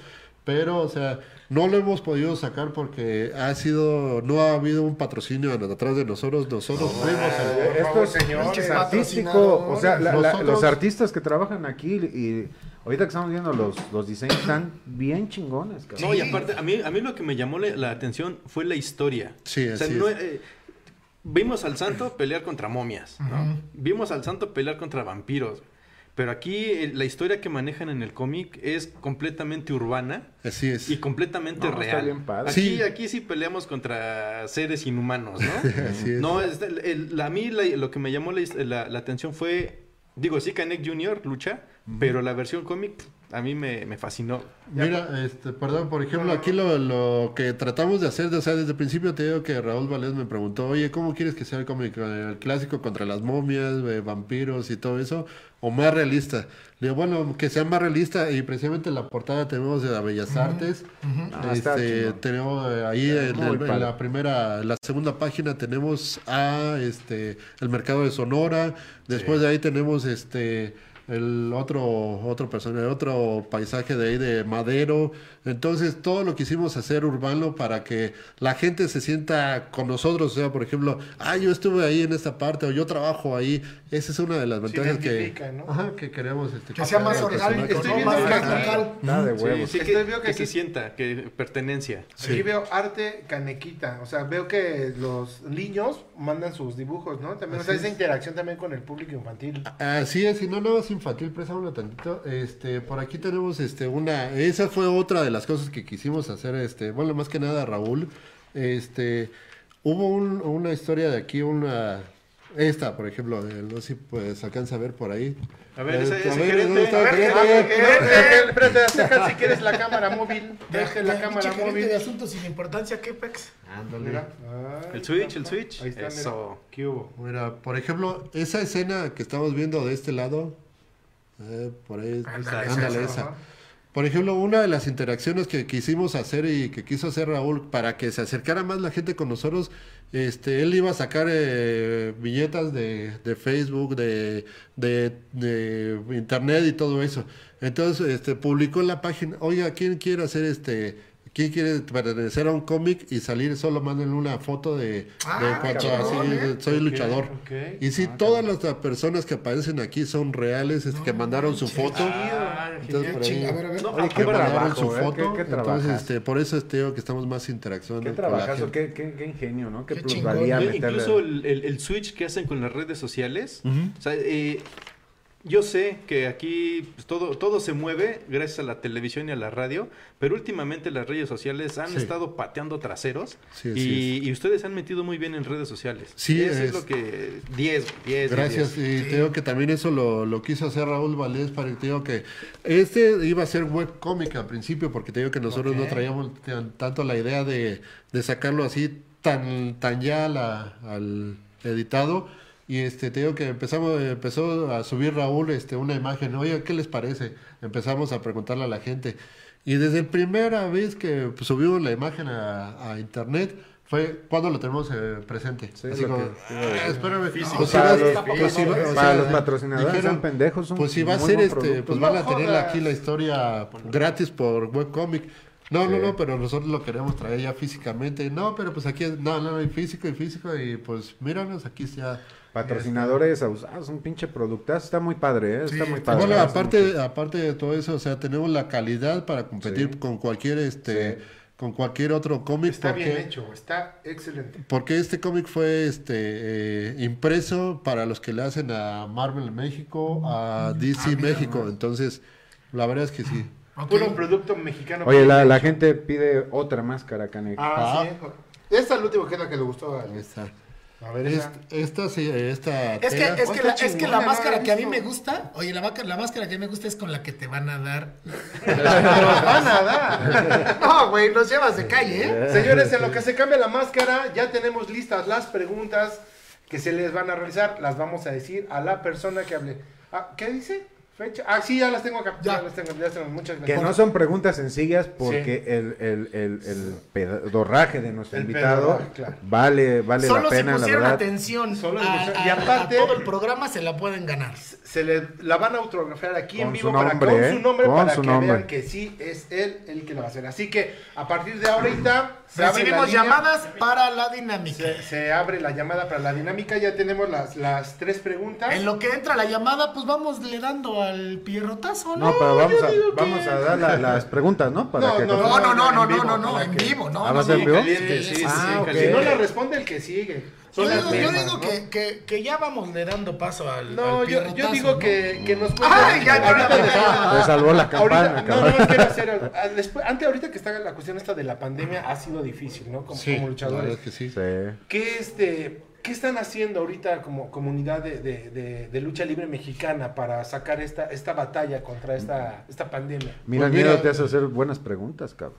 pero, o sea, no lo hemos podido sacar porque ha sido, no ha habido un patrocinio atrás de nosotros, nosotros No, fuimos al- eh, esto es, señores, es artístico, o sea, la- la- Nosotros- los artistas que trabajan aquí y ahorita que estamos viendo los, los diseños están bien chingones, cabrón. No, y aparte, a mí, a mí lo que me llamó la, la atención fue la historia. Sí, O sea, así no, es. eh, vimos al santo pelear contra momias, ¿no? Vimos al santo pelear contra vampiros. Pero aquí eh, la historia que manejan en el cómic es completamente urbana Así es. y completamente No, está real. bien padre. Aquí, Sí. aquí sí peleamos contra seres inhumanos, ¿no? Así es. No, es, el- el- la- a mí la- lo que me llamó la, la- la atención fue, digo, sí, Canek junior lucha, pero la versión cómic a mí me, me fascinó. Mira, este, perdón, por ejemplo, aquí lo, lo que tratamos de hacer, o sea, desde el principio te digo que Raúl Valdés me preguntó, oye, ¿cómo quieres que sea el cómic? ¿El clásico contra las momias, eh, vampiros y todo eso? ¿O más realista? Le digo, bueno, que sea más realista y precisamente en la portada tenemos de la Bellas Artes. Ah, está Este, chingón. tenemos eh, ahí en, Muy el- en padre. la primera, en la segunda página tenemos a este el mercado de Sonora, después de ahí tenemos este el otro otro personaje, otro paisaje de ahí de Madero. Entonces, todo lo quisimos hacer urbano para que la gente se sienta con nosotros, o sea, por ejemplo, ah, yo estuve ahí en esta parte o yo trabajo ahí. Esa es una de las ventajas que, identifica, ¿no? ajá, que queremos este, Que sea más captar, orgánico, que sea Estoy ¿no? viendo Más, que más aquí- local. Está de Sí, huevos. sí, Es que, que veo que que se- se sienta, que pertenencia. Aquí veo arte canequita, o sea, veo que los niños mandan sus dibujos, ¿no? También, o sea, Así esa es. interacción también con el público infantil. Así es, y no, no es infantil, préstame tantito. Este, por aquí tenemos este una, esa fue otra de las cosas que quisimos hacer, este, bueno, más que nada Raúl, este, hubo un- una historia de aquí, una, esta, por ejemplo, eh, no sé si pues alcanza a ver por ahí. A ver, ese- Eh, ese ¿dónde gerente. está A el ver, gerente? a ver, eh, espérate, acerca si quieres la cámara móvil. Deje la Ya, cámara pinche gerente móvil. de asuntos sin importancia, ¿qué pex? Mira. Ay, El switch, el switch. Ahí está, mira. Eso. ¿Qué hubo? Mira, por ejemplo, esa escena que estamos viendo de este lado, eh, por ahí, Ándale, ándale, esa, esa. ajá. Por ejemplo, una de las interacciones que quisimos hacer y que quiso hacer Raúl para que se acercara más la gente con nosotros, este, él iba a sacar eh, viñetas de, de Facebook, de, de, de internet y todo eso. Entonces, este, publicó en la página, oiga, ¿quién quiere hacer este? ¿Quién quiere pertenecer a un cómic y salir? Solo mándenle una foto de, de Ah, cuando cabrón, así, ¿eh? soy Ok, luchador. ok. Y si todas las personas que aparecen aquí son reales, es que mandaron su foto. Ah, Entonces, por ahí- Ching, a ver, a ver. No, Oye, ah, qué bueno, trabajo, su ¿eh? foto. Qué- qué Entonces, trabajazo. este, por eso te digo que estamos más interactuando Qué con la trabajazo, gente. qué, qué, qué ingenio, ¿no? Qué, Qué plusvalía chingón. Eh, meterle. Incluso el, el- el switch que hacen con las redes sociales. Ujú. O sea, eh, yo sé que aquí pues, todo, todo se mueve gracias a la televisión y a la radio, pero últimamente las redes sociales han Sí. estado pateando traseros Sí, así y, y ustedes han metido muy bien en redes sociales. Sí, Eso es, es- lo que... diez, diez, Gracias, diez. y te digo que también eso lo, lo quiso hacer Raúl Valdés para que te digo que este iba a ser webcómic al principio, porque te digo que nosotros no traíamos tan- tanto la idea de, de sacarlo así tan, tan ya a la- al editado. Y este te digo que empezamos, empezó a subir Raúl este una imagen, oye, ¿qué les parece? Empezamos a preguntarle a la gente. Y desde la primera vez que pues, subimos la imagen a, a internet, fue cuando lo tenemos eh, presente. Sí, Así lo como, que- "Ah, espérame, Físico. pues, si Para vas- los- pues, si va- o para sea, los patrocinadores dijeron, son pendejos, son pues si va a muy ser buen este, producto. pues No van a tener jodas. aquí la historia gratis por webcomic. No, no, Sí. no, pero nosotros lo queremos traer ya físicamente. No, pero pues aquí, no, no, no, y físico y físico y pues míranos, aquí ya. Patrocinadores abusados, un pinche productazo, está muy padre, ¿eh? Está Sí, muy está padre. Bueno, Está aparte, muy- aparte de todo eso, o sea, tenemos la calidad para competir Sí. con cualquier este, Sí. con cualquier otro cómic. Está bien porque- hecho, está excelente. Porque este cómic fue este eh, impreso para los que le hacen a Marvel México, a D C Ah, mira, México. nomás. Entonces, la verdad es que sí. Ok. Puro producto mexicano. Oye, la, bien la hecho. gente pide otra máscara, Canek. Ah, Ah. sí. Esta es la última que es la que le gustó a Ahí está. A ver, Es- esa. esta sí, esta Es que, tela- es, que la, Está es que chingona, la no máscara la he que a mí visto. me gusta, oye, la, vaca- la máscara que a mí me gusta es con la que te van a dar. Nos van a dar. No, güey, nos llevas de calle, ¿eh? Señores, en lo que se cambia la máscara, ya tenemos listas las preguntas que se les van a realizar. Las vamos a decir a la persona que hable. Ah, ¿qué dice? Fecha. Ah, sí, ya las tengo acá. Ya. Ya las tengo, ya las tengo. Muchas Que gracias. no son preguntas sencillas porque Sí. el, el, el, el pedorraje de nuestro El invitado pedorraje, claro. vale, vale Solo la si pena, la pusieron verdad. atención Solo a, si pusieron- a- y aparte- a todo el programa, se la pueden ganar. Se le la van a autografiar aquí Con en su vivo para, nombre, con ¿eh? su nombre Con para su que nombre. vean que sí es él el que lo va a hacer. Así que a partir de ahorita se abre la Recibimos línea. llamadas para la dinámica. Se, se abre la llamada para la dinámica. Ya tenemos las, las tres preguntas. En lo que entra la llamada, pues vamos le dando al pierrotazo, ¿no? No, pero vamos yo a, digo que- vamos a dar la- las preguntas, ¿no? Para No, que no, No, no, no, no, en vivo, no, no, no, para en que- vivo, no. Ah, ¿va no, a ser en no. vivo? Caliente, sí, sí, Ah, sí, ok. caliente. Si no le responde el que sigue. Son Yo, las digo- yo mismas, digo ¿no? que, que, que ya vamos le dando paso al. No, al yo, yo pierrotazo, digo ¿no? que, que nos Ay, ya, ya, ahorita ya, les- ya. Te salvó la campana, Ahorita, no, cabrón. no, es que va a ser algo. Ah, después, antes, ahorita que está la cuestión esta de la pandemia, ha sido difícil, ¿no? Como, Sí, como la luchadores. verdad es que sí. Sí. ¿Qué, este, ¿Qué están haciendo ahorita como comunidad de, de, de, de lucha libre mexicana para sacar esta, esta batalla contra esta, esta pandemia? Mira, Pues el miedo mira- te hace hacer buenas preguntas, cabrón.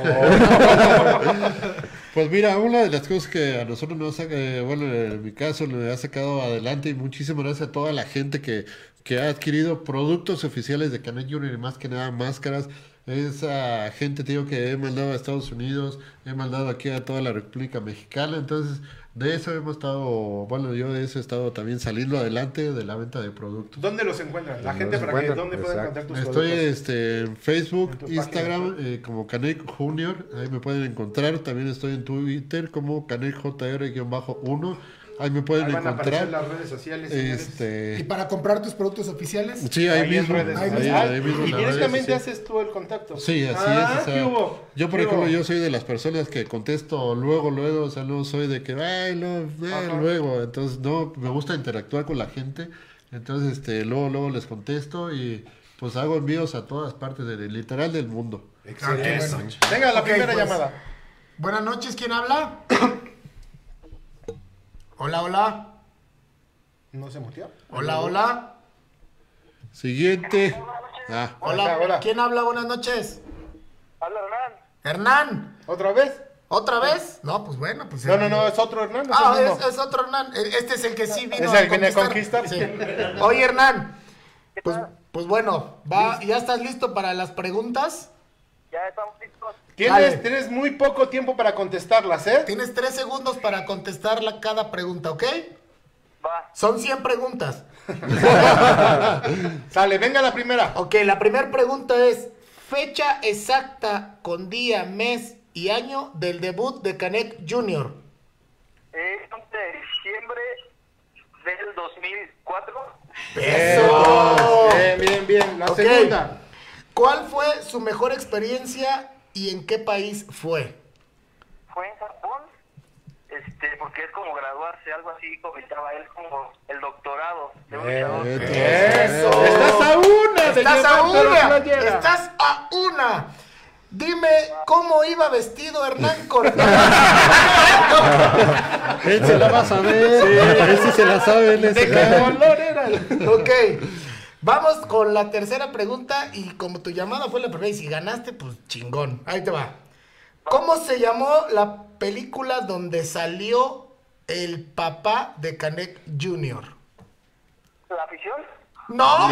Pues mira, una de las cosas que a nosotros nos ha, eh, bueno, en mi caso me ha sacado adelante y muchísimas gracias a toda la gente que, que ha adquirido productos oficiales de Canek Junior y más que nada máscaras. Esa gente, te digo, que he mandado a Estados Unidos, he mandado aquí a toda la República Mexicana, entonces de eso hemos estado, bueno, yo de eso he estado también saliendo adelante de la venta de productos. ¿Dónde los encuentran? La ¿Dónde gente los para que, encuentran? ¿dónde pueden Exacto. encontrar tus Estoy productos? este, en Facebook, En tu Instagram, página, eh, como Canek Junior, ahí me pueden encontrar. También estoy en Twitter como Canek J R uno. Ahí me pueden Ahí van a aparecer encontrar. las redes sociales. señores. Este, ¿Y para comprar tus productos oficiales? sí, ahí, Ahí en mismo. redes Ahí, sociales. ahí Ah, mismo y en las redes directamente sociales. haces tú el contacto. Sí, así Ah, es. O sea, ¿qué hubo? yo, por ¿Qué ejemplo, hubo? yo soy de las personas que contesto luego, luego, o sea, no soy de que, ay, no, eh, Ajá. luego. Entonces, no, me gusta interactuar con la gente. Entonces, este, luego, luego les contesto y pues hago envíos a todas partes, de, literal del mundo. Excelente. Ah, qué bueno. Venga, la Ok, primera pues. llamada. Buenas noches, ¿quién habla? Hola, hola. ¿No se muteó? Hola, hola. Siguiente. Ah, Hola, Hola, hola. ¿quién habla? Buenas noches. Hola, Hernán. Hernán. ¿Otra vez? ¿Otra vez? No, pues bueno, pues. No, no, no, es otro Hernán. es Ah, el mismo. es, es otro Hernán. E- Este es el que sí vino Es a el que viene a conquistar. conquistar. Sí. Oye, Hernán. Pues, pues bueno, va, ¿ya estás listo para las preguntas? Ya estamos listos. Tienes, Dale. tienes muy poco tiempo para contestarlas, ¿eh? Tienes tres segundos para contestar la- cada pregunta, ¿ok? Va. Son cien preguntas. Sale, venga la primera. Ok, la primera pregunta es: fecha exacta con día, mes y año del debut de Canek Junior. Es once de diciembre del dos mil cuatro. ¡Eso! Bien, bien, bien. La Ok. segunda. ¿Cuál fue su mejor experiencia y en qué país fue? Fue en Japón. Este, porque es como graduarse, algo así comentaba él, como el doctorado de un luchador. Eso. Estás a una de Estás a llevarte la una. playera. Estás a una. Dime cómo iba vestido Hernán Cortés. él se la va a saber. Él sí se la sabe. Él ¿De se qué la... color era? Ok. Vamos con la tercera pregunta y como tu llamada fue la primera y si ganaste, pues chingón. Ahí te va. ¿Cómo se llamó la película donde salió el papá de Canek Junior? ¿La afición? ¡No!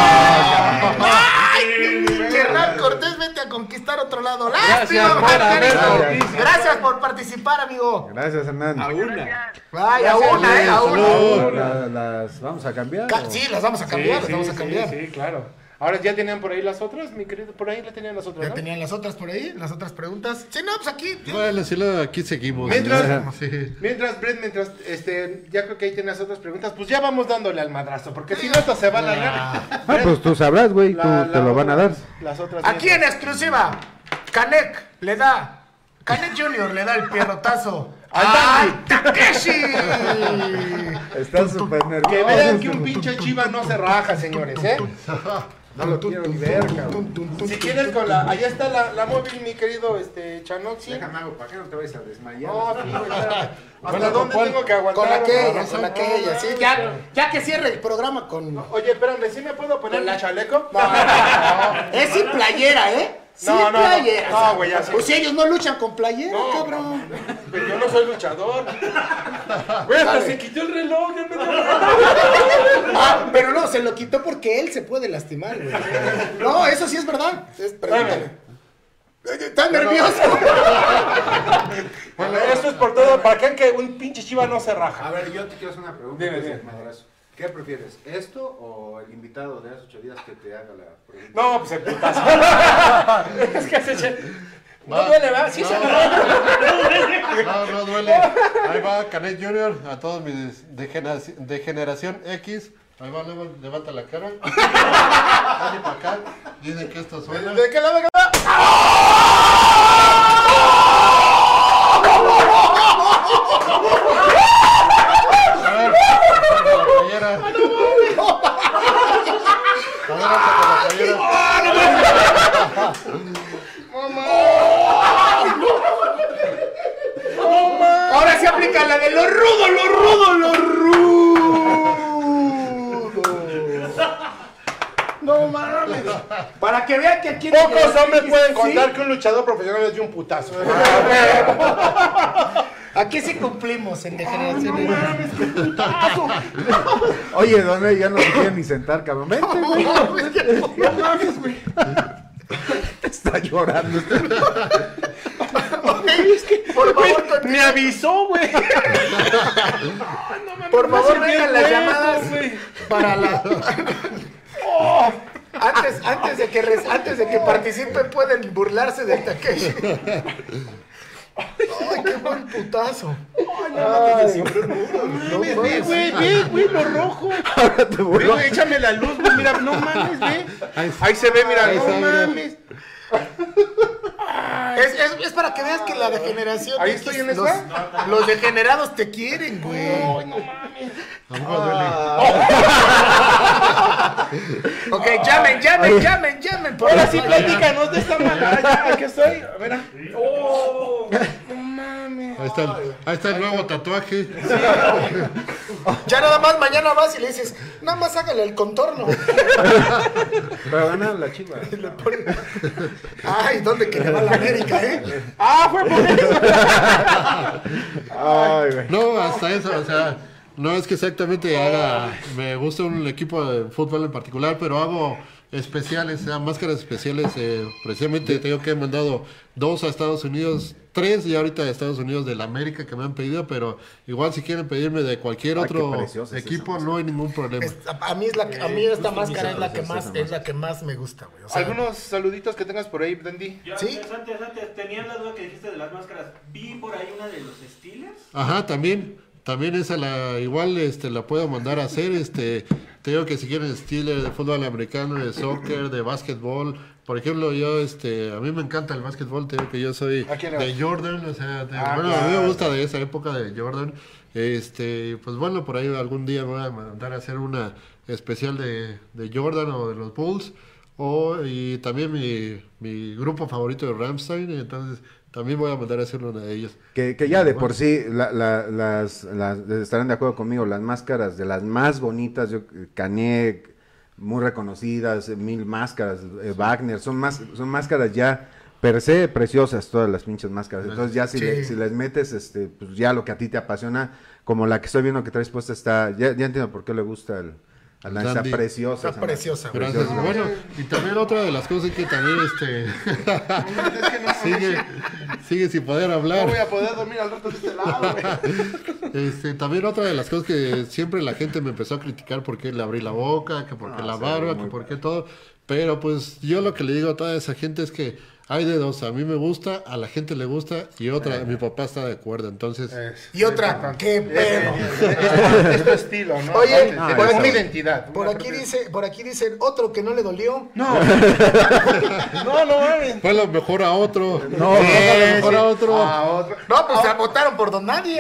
¡Ay! Hernán Cortés, vete a conquistar otro lado. ¡Lástima, por haber Margarito! participado. Gracias por participar, amigo. Gracias, Hernán. A una. Ay, a una, eh, a una. La- las vamos a cambiar. Ca- ¿o? Sí, las vamos a cambiar, las vamos a cambiar. Sí, sí, claro. Ahora ya tenían por ahí las otras, mi querido. Por ahí le tenían las otras, ¿Ya ¿no? tenían las otras por ahí? ¿Las otras preguntas? Sí, no, pues aquí. Bueno, sí, lo- aquí seguimos. Mientras, Sí. mientras, Brett, mientras, este, ya creo que ahí tienes otras preguntas, pues ya vamos dándole al madrazo, porque si no esto se va a alargar. Ah, pues tú sabrás, güey, tú La- te la lo van a otra- dar. Las otras. Aquí en mientras. exclusiva, Canek le da. Canek Junior le da el pierrotazo. ¡Al ¡Ay, Takeshi! Estás súper nervioso. Que vean que un pinche chiva no se raja, señores, ¿eh? No lo quiero ni ver, cabrón. Si quieres con la, allá está la, la móvil, mi querido, este, Chanoxi. Déjame hago, ¿para qué no te vayas a desmayar? No, sí, güey, espérame. ¿Hasta Bueno, dónde ¿con tengo que aguantar? Con aquella, No, con no, aquella, no, sí. no, Ya, no. ya que cierre el programa con. Oye, espérame, ¿sí me puedo poner la chaleco? Es sin playera, ¿eh? Sin No, no, playeras. no, güey, ya sí. Pues si ellos no luchan con playera, No, cabrón. Pero yo no soy luchador. Güey, hasta se quitó el reloj. Ya me Ah, pero no, se lo quitó porque él se puede lastimar, güey. No, eso sí es verdad. Es, pregúntale. Está nervioso. Bueno, esto es por todo. ¿Para qué que un pinche chiva no se raja? A ver, yo te quiero hacer una pregunta. Dime, Dime, dime. ¿Qué prefieres? ¿Esto o el invitado de hace ocho días que te haga la pregunta? No, pues el putazo. Es que se eche. No duele, ¿verdad? Sí, se duele. No, no duele. Ahí va Canet junior, a todos mis de, generaci- de generación X. Ahí va, leva- levanta la cara. Dale para acá. Dicen que esto suena. ¿De qué lado? A ver, saca la playera. A ver, saca la playera. Ahora se aplica la de lo rudo, lo rudo, lo rudo. No mames. Para que vean que aquí... Pocos hombres pueden ¿Sí? contar que un luchador profesional es de un putazo. Aquí sí cumplimos en degeneración. Oye, Don, ya no se quieren ni sentar, cabrón. Vente, güey. No mames, güey. Está llorando. Es que, por favor, con- Me avisó, güey. por favor, vengan las llamadas para la... Oh, antes, antes, de que res- antes de que participen pueden burlarse del Takeshi. Ay, qué buen putazo. Ay, no Ve, mames. güey, ve, güey, lo rojo. Ahora te Ve, vuelvo. güey, échame la luz, güey, mira, no mames, ve. Ahí se ve, mira, Ahí no está, mira. mames. Es, es, es para que veas que la degeneración. Ahí X, estoy en los, esta. los degenerados te quieren, güey. Ay, no mames. Tampoco duele. Ok, llamen, llamen, llamen, llamen. por Ahora sí, favor. platícanos de esta mala. Ya, aquí estoy. A ver. ah. Oh, no mames. Ahí está, el, ahí está el nuevo tatuaje. Ya nada más mañana vas y le dices, nada más hágale el contorno. Pero gana la chiva. Ay, ¿dónde que le va la América, eh? Ah, fue por eso. Ay, güey. No, hasta eso, o sea, no es que exactamente haga, me gusta un equipo de fútbol en particular, pero hago especiales, o sea, máscaras especiales, eh, precisamente tengo que he mandado dos a Estados Unidos, tres y ahorita de Estados Unidos de la América que me han pedido, pero igual si quieren pedirme de cualquier Ay, otro qué preciosa es equipo, esa no hay ningún problema. Es- a, a mí es la que- a mí esta máscara es la que más es la que más me gusta, güey. O sea, Algunos saluditos que tengas por ahí, Dandy. Yo ¿Sí? antes, antes, antes, tenía la duda que dijiste de las máscaras. Vi por ahí una de los Steelers. Ajá, también, también esa la, igual este la puedo mandar a hacer, este, te digo que si quieren Steelers de fútbol americano, de soccer, de básquetbol, por ejemplo, yo, este, a mí me encanta el básquetbol, te digo que yo soy ¿A quién le vas? de Jordan, o sea, de- Ah, bueno, a mí claro. me gusta de esa época de Jordan, este, pues bueno, por ahí algún día me voy a mandar a hacer una especial de, de Jordan o de los Bulls, o, y también mi, mi grupo favorito de Rammstein, entonces también voy a mandar a hacer una de ellos. Que, que ya de por sí la- la- las, las- estarán de acuerdo conmigo, las máscaras de las más bonitas, yo Kanye, muy reconocidas, eh, Mil Máscaras, eh, Wagner, son más, son máscaras ya per se preciosas todas las pinches máscaras. Entonces ya si, Sí. le- si les metes este, pues ya lo que a ti te apasiona, como la que estoy viendo que traes puesta está, ya, ya entiendo por qué le gusta el, a la, está Dandy. preciosa. Está esa preciosa, máscara, Gracias. preciosa. Bueno, y también otra de las cosas que también este sigue, sigue sin poder No hablar. voy a poder dormir al rato de este lado, güey. Este, también otra de las cosas que siempre la gente me empezó a criticar porque le abrí la boca, que porque Ah, la sí, barba, muy que porque todo. Pero pues yo lo que le digo a toda esa gente es que hay de dos, a mí me gusta, a la gente le gusta y otra, mi papá está de acuerdo, entonces y otra, qué pedo. Es tu estilo, ¿no? Oye, Aparte, por es aquí- mi identidad. Por Una aquí propia- dice, por aquí dicen otro que no le dolió. No. No, no mames. fue lo mejor a otro. No, fue Sí, lo mejor sí. a otro. A otro. No, pues se votaron por don nadie.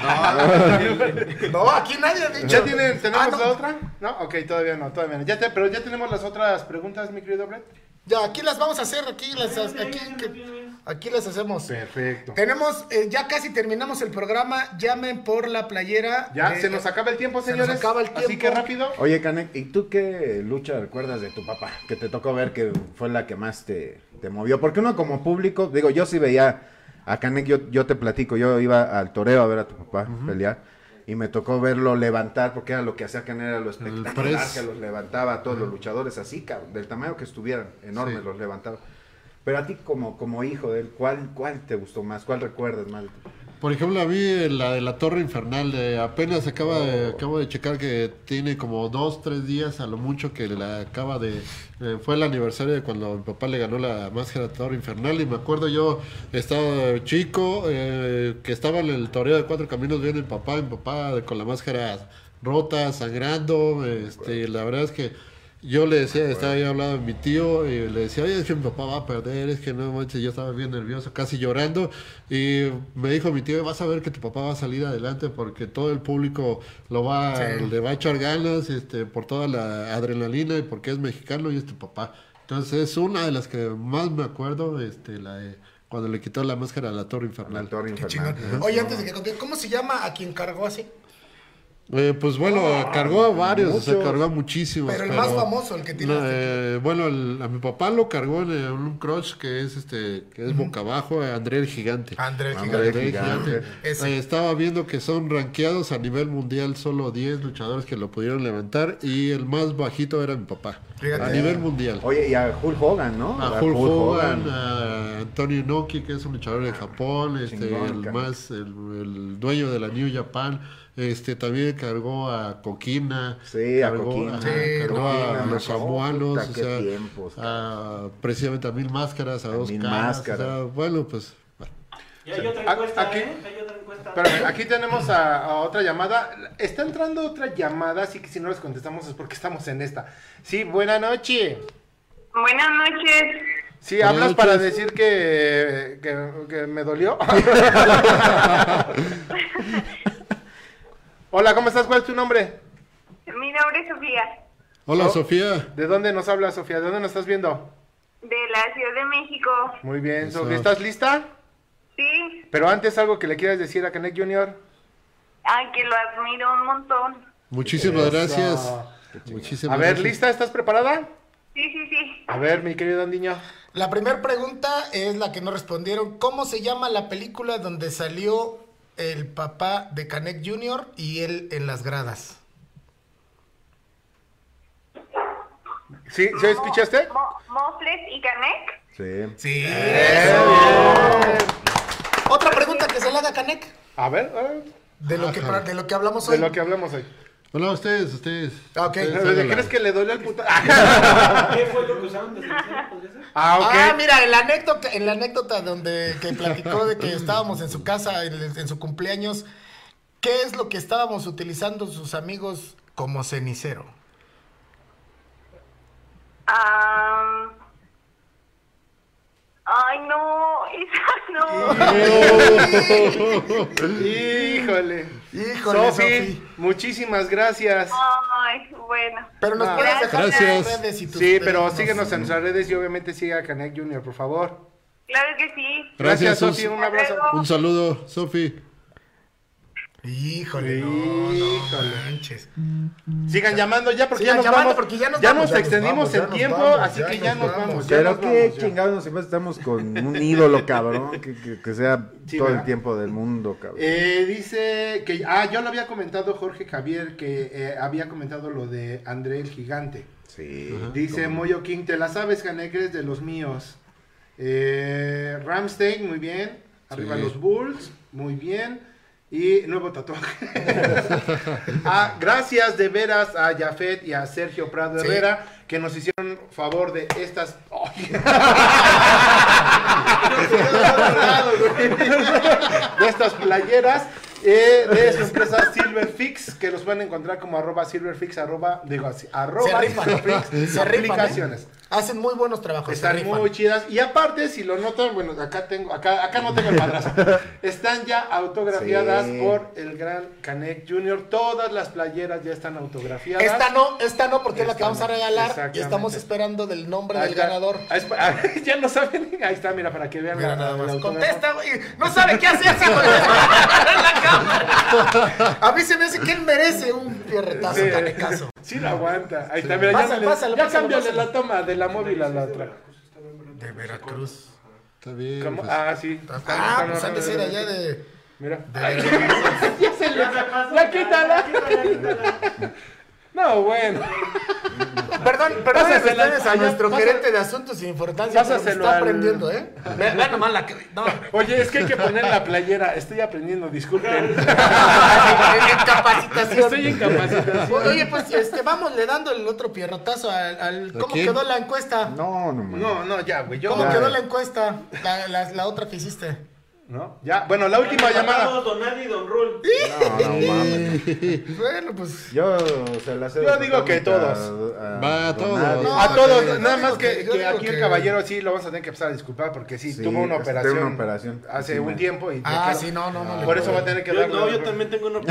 No, aquí nadie ha dicho. ¿Ya tienen, tenemos Ah, no. la otra? No, ok, todavía no, todavía no. Ya te, pero ya tenemos las otras preguntas, mi querido Brett. Ya, aquí las vamos a hacer, aquí las aquí. que- aquí las hacemos. Perfecto. Tenemos, eh, ya casi terminamos el programa. Llamen por la playera. Ya, de- se nos acaba el tiempo, se señores. nos acaba el Así tiempo. que rápido. Oye, Canek, ¿y tú qué lucha recuerdas de tu papá? Que te tocó ver que fue la que más te, te movió. Porque uno como público, digo, yo sí veía a Canek, yo, yo te platico, yo iba al toreo a ver a tu papá pelear. Y me tocó verlo levantar, porque era lo que hacía Canek, era lo espectacular, press. que los levantaba a todos los luchadores así, cabrón, del tamaño que estuvieran, enormes Sí. los levantaba. Pero a ti como, como hijo de él, ¿cuál, ¿cuál te gustó más? ¿Cuál recuerdas más? Por ejemplo, a mí la de la Torre Infernal, de, apenas acaba de, acabo de checar que tiene como dos, tres días a lo mucho que la acaba de... eh, fue el aniversario de cuando mi papá le ganó la máscara de Torre Infernal y me acuerdo yo, estaba chico, eh, que estaba en el toreo de Cuatro Caminos, viene mi papá, mi papá con la máscara rota, sangrando, este, la verdad es que... Yo le decía, estaba ahí hablando de mi tío, y le decía, oye, es que mi papá va a perder, es que no manches, yo estaba bien nervioso, casi llorando, y me dijo mi tío, vas a ver que tu papá va a salir adelante porque todo el público lo va, Sí. le va a echar ganas, este, por toda la adrenalina y porque es mexicano y es tu papá. Entonces es una de las que más me acuerdo, este, la de cuando le quitó la máscara a la Torre Infernal. La Torre Qué Infernal. chingón. Oye, antes de que conte- ¿cómo se llama a quien cargó así? Eh, pues bueno, cargó a varios, o sea, muchos. cargó a muchísimos. Pero el más famoso, el que tiene no, este- eh, bueno, el- a mi papá lo cargó en, eh, un crush que es este, que es boca abajo, a André el Gigante. André el André el Gigante. Gigante. Ese. Eh, estaba viendo que son rankeados a nivel mundial solo diez luchadores que lo pudieron levantar y el más bajito era mi papá. Fíjate. A nivel mundial. Oye, y a Hulk Hogan, ¿no? A Hulk Hogan, a Antonio Inoki, que es un luchador de Japón, este, Chingón, el cara. más, el, el dueño de la New Japan, este, también cargó a Coquina, Sí, a cargó, Coquina. ajá, Sí, cargó Coquina, a me los acuerdo. samuanos, Puta, o qué sea, tiempos, a, precisamente a Mil Máscaras, a, A Dos Mil Caras, Máscaras. o sea, bueno, pues, bueno. Y hay otra Ah, encuesta, aquí- ¿eh? Hay otra encuesta. Espérame, aquí tenemos a, a otra llamada. Está entrando otra llamada, así que si no les contestamos es porque estamos en esta. Sí, buena noche. Buenas noches. Sí, Buenas hablas noches. para decir que, que, que me dolió. Hola, ¿cómo estás? ¿Cuál es tu nombre? Mi nombre es Sofía, Hola, Oh. Sofía. ¿De dónde nos hablas, Sofía? ¿De dónde nos estás viendo? de la Ciudad de México. Muy bien, Eso. Sofía. ¿Estás lista? Sí, Pero antes algo que le quieras decir a Canek junior ay, que lo admiro un montón. Muchísimas Eso. gracias. Muchísimas A ver, gracias. ¿lista? ¿Estás preparada? Sí, sí, sí. A ver, mi querido Andiño. La primera pregunta es la que no respondieron. ¿Cómo se llama la película donde salió el papá de Canek junior y él en las gradas? ¿Sí? ¿Sí escuchaste? Mo- Mofles y Canek. Sí. Sí. Bien. Otra pregunta que se le haga a Canek. A ver, a ver, De lo, que, Ajá. de lo que hablamos de hoy. lo que hablamos hoy. Hola, ustedes, ustedes. Ah, ok. Ustedes ¿De háganla. ¿Crees que le dolió el puta? ¿Qué fue lo que usaron de selección? ¿Podría ser? Ah, ok. Ah, mira, en la anécdota, en la anécdota donde que platicó de que estábamos en su casa en, en su cumpleaños, ¿qué es lo que estábamos utilizando sus amigos como cenicero? Ah, ay, no, esa no. Híjole. Híjole, Sofi, Sofi. muchísimas gracias. Ay, bueno. Pero nos Ah. puedes dejar Gracias. tus redes y tus Sí, pero teléfonos. síguenos en nuestras redes y obviamente siga a Canek junior, por favor. Claro que sí. Gracias, Gracias, Sofi. Sus. Un abrazo. Un saludo, Sofi. Híjole, no, no Híjole. manches. Sigan llamando ya porque Sigan ya nos llamando vamos. porque ya nos ya vamos, nos ya nos extendimos vamos, ya en nos tiempo, vamos, así ya que nos ya nos vamos. vamos. ya Pero nos qué vamos, ya. chingados, siempre estamos con un ídolo, cabrón, que, que, que sea Sí, todo ¿verdad? el tiempo del mundo, cabrón. Eh, dice que, ah, yo lo había comentado Jorge Javier, que eh, había comentado lo de André el Gigante. Sí. Dice cómo no. Moyo King, te la sabes, Canek, eres de los míos. Eh, Ramstein, muy bien. Arriba Sí. los Bulls, muy bien. Y nuevo tatuaje. Ah, gracias de veras a Jafet y a Sergio Prado Sí. Herrera, que nos hicieron favor de estas... ¡Ay! de estas playeras. Eh, de su empresa Silverfix, que los pueden encontrar como arroba Silverfix, arroba, digo así, arroba Se rifan. Silverfix Se rifan, ¿eh? aplicaciones. Hacen muy buenos trabajos. se Están rifan. muy chidas. Y aparte, si lo notan, bueno, acá tengo, acá, acá no tengo el madrazo. Están ya autografiadas Sí. por el gran Canek junior Todas las playeras ya están autografiadas. Esta no, esta no, porque es la que Esta vamos a no, regalar. Y exactamente. estamos esperando del nombre Ahí del está. ganador. Ahí está. Ah, ya no saben. Ahí está, mira, para que vean. Mira la- nada el más. autógrafo. Contesta, güey. No sabe qué hacer. güey. La cámara. A mí se me hace que él merece un pierretazo, Sí. canecazo. Sí lo aguanta. Ahí está, mira, Pásalo, ya, pásalo, ya pásalo, cámbiale pásalo. la toma de la móvil a la otra. De Veracruz. Está bien. ¿Cómo? pues. Ah, sí. Ah, pues han de ser allá de. Mira. de Ya se le. Ya quítala. No, bueno. Perdón, perdón, Pásasela, ustedes a allá, nuestro pasa- gerente de asuntos y importancia, pero me Pásaselo está al- aprendiendo, ¿eh? Ve- Vean nomás la que... No, Oye, es que hay que poner la playera. Estoy aprendiendo, disculpen. en capacitación. Estoy en capacitación. Oye, pues, este, vamos le dando el otro pierrotazo al... al- ¿Cómo quién? quedó la encuesta? No, no, man. No, no, ya, güey. Yo. ¿Cómo Ya. quedó la encuesta? La, la, la otra que hiciste. ¿No? Ya. Bueno, la última llamada. Don Nadie y Don Rul. No, no mames. Bueno, pues... Yo se la cedo Yo digo que totalmente todos. a- a Va, a Don todos. Nadie. No, A todos, que- nada yo más digo que, que- yo que digo aquí el que- caballero sí lo vamos a tener que empezar a disculpar porque sí, Sí, tuvo una es- operación, tuvo una operación. hace Sí, un man. tiempo y Ah, me quedo- sí, no, no, no. por le eso va a puedo. tener que Yo, darle no, yo una- también tengo una.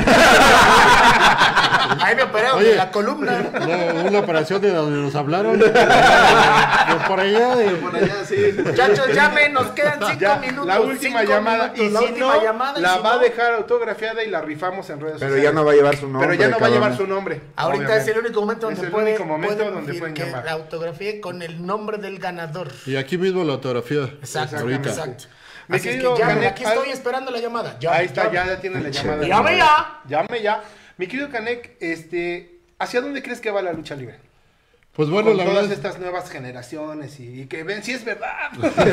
Ahí me operaron Oye. de la columna. No, una operación de donde nos hablaron. De por allá de. Por allá, sí. Muchachos, llamen, nos quedan cinco Ya, minutos. la última cinco llamada minutos, y la si última no llamada, y la si va a no- dejar autografiada y la rifamos en redes Pero sociales. ya no va a llevar su nombre. Pero ya no va a llevar cabrón. su nombre. Ahorita obviamente. es el único momento Es donde el pueden, único momento pueden donde decir pueden que llamar. la autografía con el nombre del ganador. Y aquí mismo la autografía. Exacto, Ahorita. exacto. Mi Así es querido que llamen, Canek, aquí estoy al- esperando la llamada. Llame, Ahí está, llame. ya tiene la llamada. Llame ya. Llame ya. Mi querido Canek, este, ¿hacia dónde crees que va la lucha libre? Pues bueno, Con la todas verdad, estas nuevas generaciones y, y que ven si es verdad.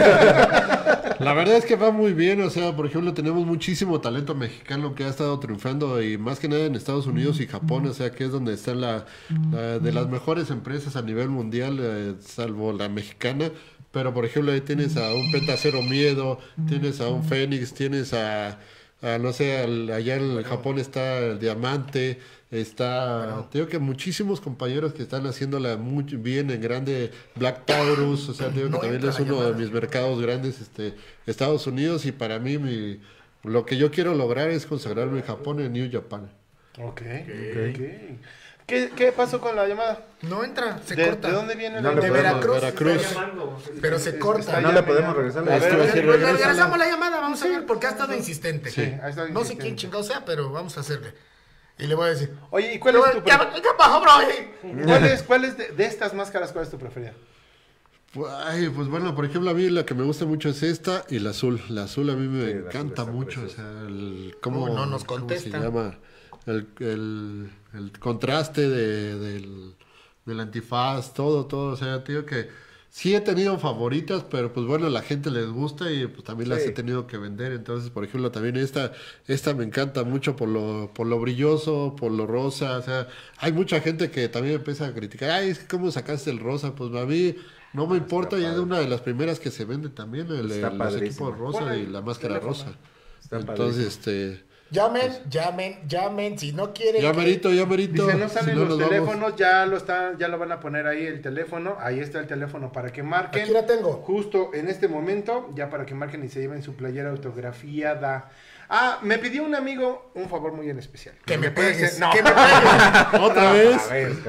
la verdad es que va muy bien. O sea, por ejemplo, tenemos muchísimo talento mexicano que ha estado triunfando y más que nada en Estados Unidos y Japón. O sea, que es donde están la, la- de las mejores empresas a nivel mundial, eh, salvo la mexicana. Pero por ejemplo, ahí tienes a un Penta Cero Miedo, tienes a un Fénix, tienes a, a, no sé, al- allá en Japón está el Diamante, está, te digo que muchísimos compañeros que están haciéndola muy bien en grande, Black Taurus, o sea, te digo que No también entra es la uno de llamada. mis mercados grandes, este, Estados Unidos, y para mí mi, lo que yo quiero lograr es consagrarme en Japón, en New Japan. Ok, ok. ¿Qué, ¿Qué pasó con la llamada? No entra, se ¿De, corta. ¿De dónde viene No la le De llamada? podemos- Veracruz. Veracruz. Pero se Está corta. ya No le media- podemos regresar la A ver, Esto va a a ser- ver, Pues regresamos la llamada, vamos a ver, porque ha estado insistente. Sí, ha estado No sé insistente. quién chingado sea, pero vamos a hacerle. Y le voy a decir. Oye, ¿y cuál es tu ¿Qué, pre- ¿Qué pasó, bro? ¿Cuál es, cuál es de, de estas máscaras, cuál es tu preferida? Pues, ay, pues bueno, por ejemplo, a mí la que me gusta mucho es esta y la azul. La azul a mí me Sí, la azul encanta está mucho. O preciosa. sea, el, cómo, Oh, no nos cómo contesta. se llama? El, el, el contraste de, del, del antifaz, todo, todo. O sea, te digo que sí he tenido favoritas, pero pues bueno, la gente les gusta y pues también las Sí. he tenido que vender. Entonces, por ejemplo, también esta, esta me encanta mucho por lo, por lo brilloso, por lo rosa. O sea, hay mucha gente que también empieza a criticar, ay, es que cómo sacaste el rosa. Pues a mí no me importa, y es padre. una de las primeras que se vende también, el, Está el- los padrísimo. equipos rosa Ponle y la máscara teléfono. rosa. Está Entonces, padrísimo. este, Llamen, llamen, llamen. Si no quieren. ya que- merito, ya merito. Dice, no si salen no los nos vamos. teléfonos, ya lo están, ya lo van a poner ahí el teléfono, ahí está el teléfono para que marquen. Aquí la tengo. Justo en este momento, ya para que marquen y se lleven su playera autografiada. Ah, me pidió un amigo un favor muy en especial. Que me puede pegues. ser- No. Que me pegues. ¿Otra vez? A ver,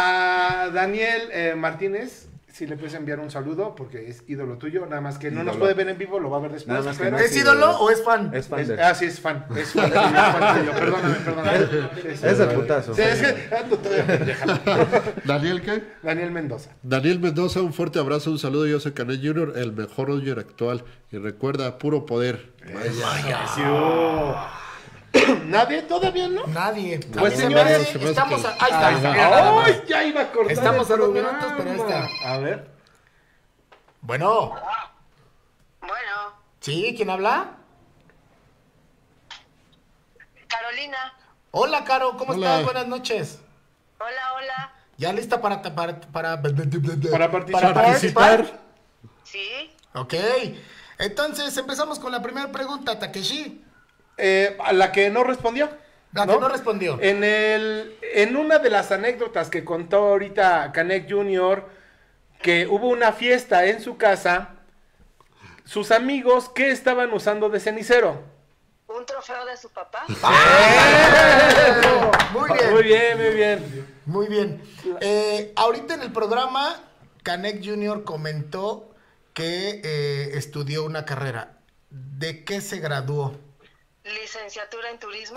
a Daniel eh, Martínez, si le puedes enviar un saludo porque es ídolo tuyo, nada más que no nos Ídolo. puede ver en vivo, lo va a ver después. Nada más que pero- no ¿Es ídolo o es fan? Es fan Es- de... ah, sí, es fan. Es fan. Es fan tuyo. Perdóname, perdóname. Es el putazo. Sí, es que ando todavía pendeja. ¿Daniel qué? Daniel Mendoza. Daniel Mendoza, un fuerte abrazo, un saludo. Yo soy Canet junior, el mejor Roger actual. Y recuerda, puro poder. ¿Nadie? ¿Todavía no? Nadie. Pues, A mí se me señores, hace- se me hace estamos que- a, ahí está. Ahí va. mira, nada más. ¡Ay! Ya iba a cortar. Estamos el a dos programa. minutos, pero ahí está. A ver. Bueno, Bueno, ¿sí? ¿Quién habla? Carolina. Hola, Caro, ¿cómo Hola. estás? Buenas noches. Hola, hola. ¿Ya lista para para para, Para participar. para participar? Sí. Ok. Entonces, empezamos con la primera pregunta, Takeshi. Eh, a la que no respondió. La que no respondió. En, el, en una de las anécdotas que contó ahorita Canek junior, que hubo una fiesta en su casa. Sus amigos, ¿qué estaban usando de cenicero? ¿Un trofeo de su papá? Muy bien. Muy bien, muy bien. Muy bien. Eh, ahorita en el programa, Canek junior comentó que eh, estudió una carrera. ¿De qué se graduó? Licenciatura en turismo.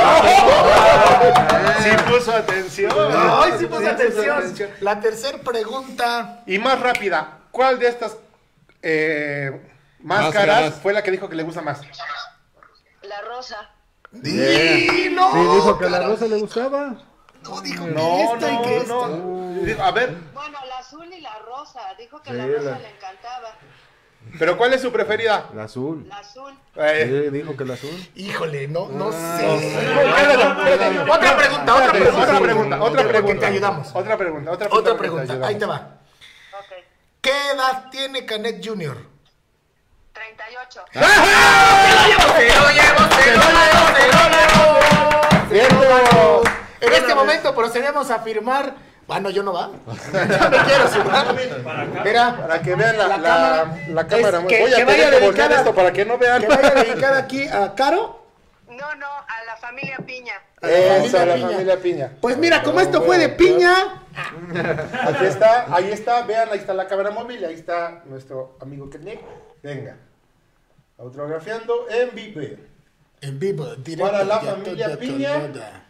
Sí puso atención. Ay, sí puso atención. La tercera pregunta. Y más rápida, ¿cuál de estas eh, máscaras, Máscaras. fue la que dijo que le gusta más? La rosa. ¡Sí, no! Sí, dijo que a la Rosa le gustaba. No, dijo No, que esta y no, que esta. no. A ver, Bueno, la azul y la rosa. Dijo que Sí, la rosa la- le encantaba. ¿pero cuál es su preferida? La azul. La azul. Eh, Sí, dijo que la azul. Híjole, no, no Ah, sé. espérate, espérate. Otra pregunta, otra Espérate, pregunta. Otra pregunta, otra Porque pregunta. te ayudamos. Otra pregunta, otra pregunta. Otra porque pregunta, ayudamos. ahí te va. Ok. ¿Qué edad tiene Canek junior? treinta y ocho. ¡Se lo llevo, se lo llevo, se lo llevo! En este momento procedemos a firmar. Ah, no, yo no va. Ya me quiero sumar. Mira, Para que vean la, La la, cámara. la cámara. Es muy- que- Voy a que tener vaya que voltear dedicada- esto para que no vean. que vaya dedicada aquí a Caro. No, no, a la familia Piña. Eso, familia la Piña. familia Piña. Pues mira, como esto fue de piña. Aquí está, ahí está, vean, ahí está la cámara móvil, ahí está nuestro amigo Canek. Venga. Autografiando en vivo. En vivo, directo. Para la ya familia toda Piña. colada.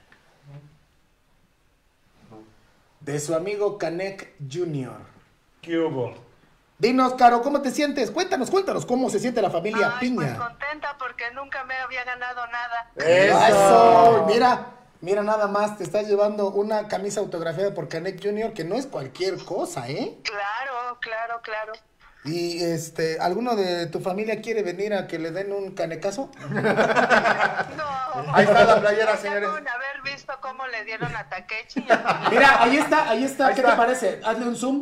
De su amigo Canek junior ¿Qué hubo? Dinos, Caro, ¿cómo te sientes? Cuéntanos, cuéntanos cómo se siente la familia Ay, pues Piña. contenta porque nunca me había ganado nada. Eso. Mira, mira nada más, te estás llevando una camisa autografiada por Canek junior que no es cualquier cosa, ¿eh? Claro, claro, claro. Y este, ¿alguno de tu familia quiere venir a que le den un canecazo? No. Ahí está la playera, Ya señores. con haber visto cómo le dieron a Takechi. Mira, ahí está, ahí está, Ahí ¿qué está. te parece? Hazle un zoom.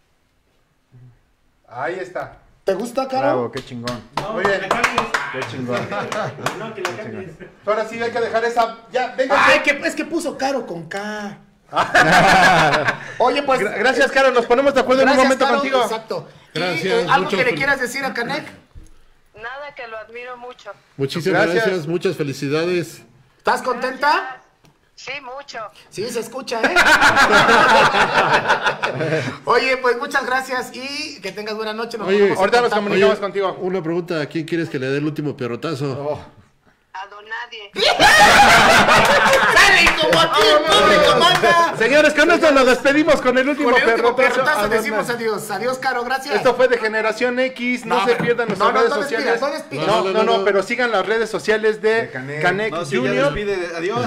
Ahí está. ¿Te gusta, Caro? Bravo, qué chingón. Muy bien. Qué chingón. No, que la cambies. Ahora sí hay que dejar esa. Ya, venga. Ay, que es que puso Caro con K. Oye, pues. Gra- Gracias, Caro. Nos ponemos de acuerdo en un Gracias, momento Caro, contigo. Exacto. Y, Gracias, eh, ¿algo mucho que le fel- quieras decir a Canek? Nada, que lo admiro mucho. Muchísimas Gracias. gracias. Muchas felicidades. ¿Estás contenta? Sí, mucho. Sí, se escucha, ¿eh? Oye, pues muchas gracias y que tengas buena noche. Nos Oye, ponemos en ahorita nos contacto. comunicamos Oye, contigo. Una pregunta, ¿a quién quieres que le dé el último pierrotazo? A don nadie. ¡Sale como aquí el público manda! Señores, con esto nos despedimos con el último Con el último perrotazo. perrotazo ¿A decimos dónde? adiós. Adiós, Caro, gracias. Esto fue de Generación X. No, No, se pero- pierdan nuestras no, no, redes no sociales. despidas, no despidas. No, no, No, no, no, no. pero sigan las redes sociales de, De Canek. Canek No, si ya Junior. despide, adiós.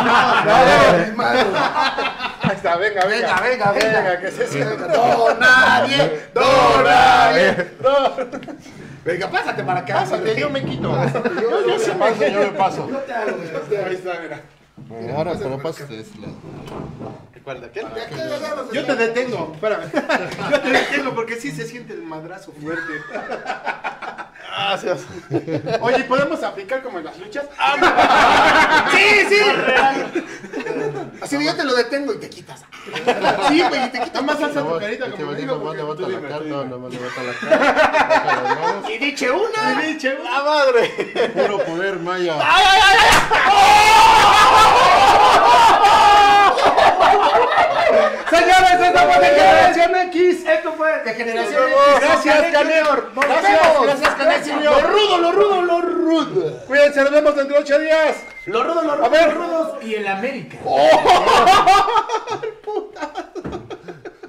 Ahí está, venga, venga. Venga, venga, venga. que se sienta. ¡No, nadie! ¡No, nadie! Venga, pásate para acá. Pásate, yo me quito. Yo, yo sí me paso, yo me paso. Yo te hago. Ahí está, mira. Ahora, pero pásate de este lado. ¿Cuál de aquel? Yo te detengo, espérame. Yo te detengo porque sí se siente el madrazo fuerte. Gracias. Oye, ¿podemos aplicar como en las luchas? ¡Sí, sí! Así yo te lo detengo y te quitas. Sí, güey, y te quitas. Nomás alza tu carita Te como va- digo. nomás porque levanta tú la dime, cara, tú dime. nomás levanta la cara, saca las manos. Y diche una. Y diche, ¡la madre! Puro poder maya. ¡Ay, ay, ay! Señores, esto fue de Generación X. Esto fue de Generación Nos X. vemos. Gracias, Canek Canek. Junior. Nos Gracias, vemos. gracias, Canek Junior. Lo rudo, lo rudo, lo rudo. Cuídense, nos vemos dentro de ocho días. Lo rudo, lo rudo, A ver. los rudos. Y el América.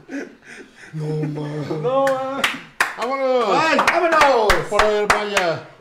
No, ¡Vámonos! ¡Vámonos! Poder maya.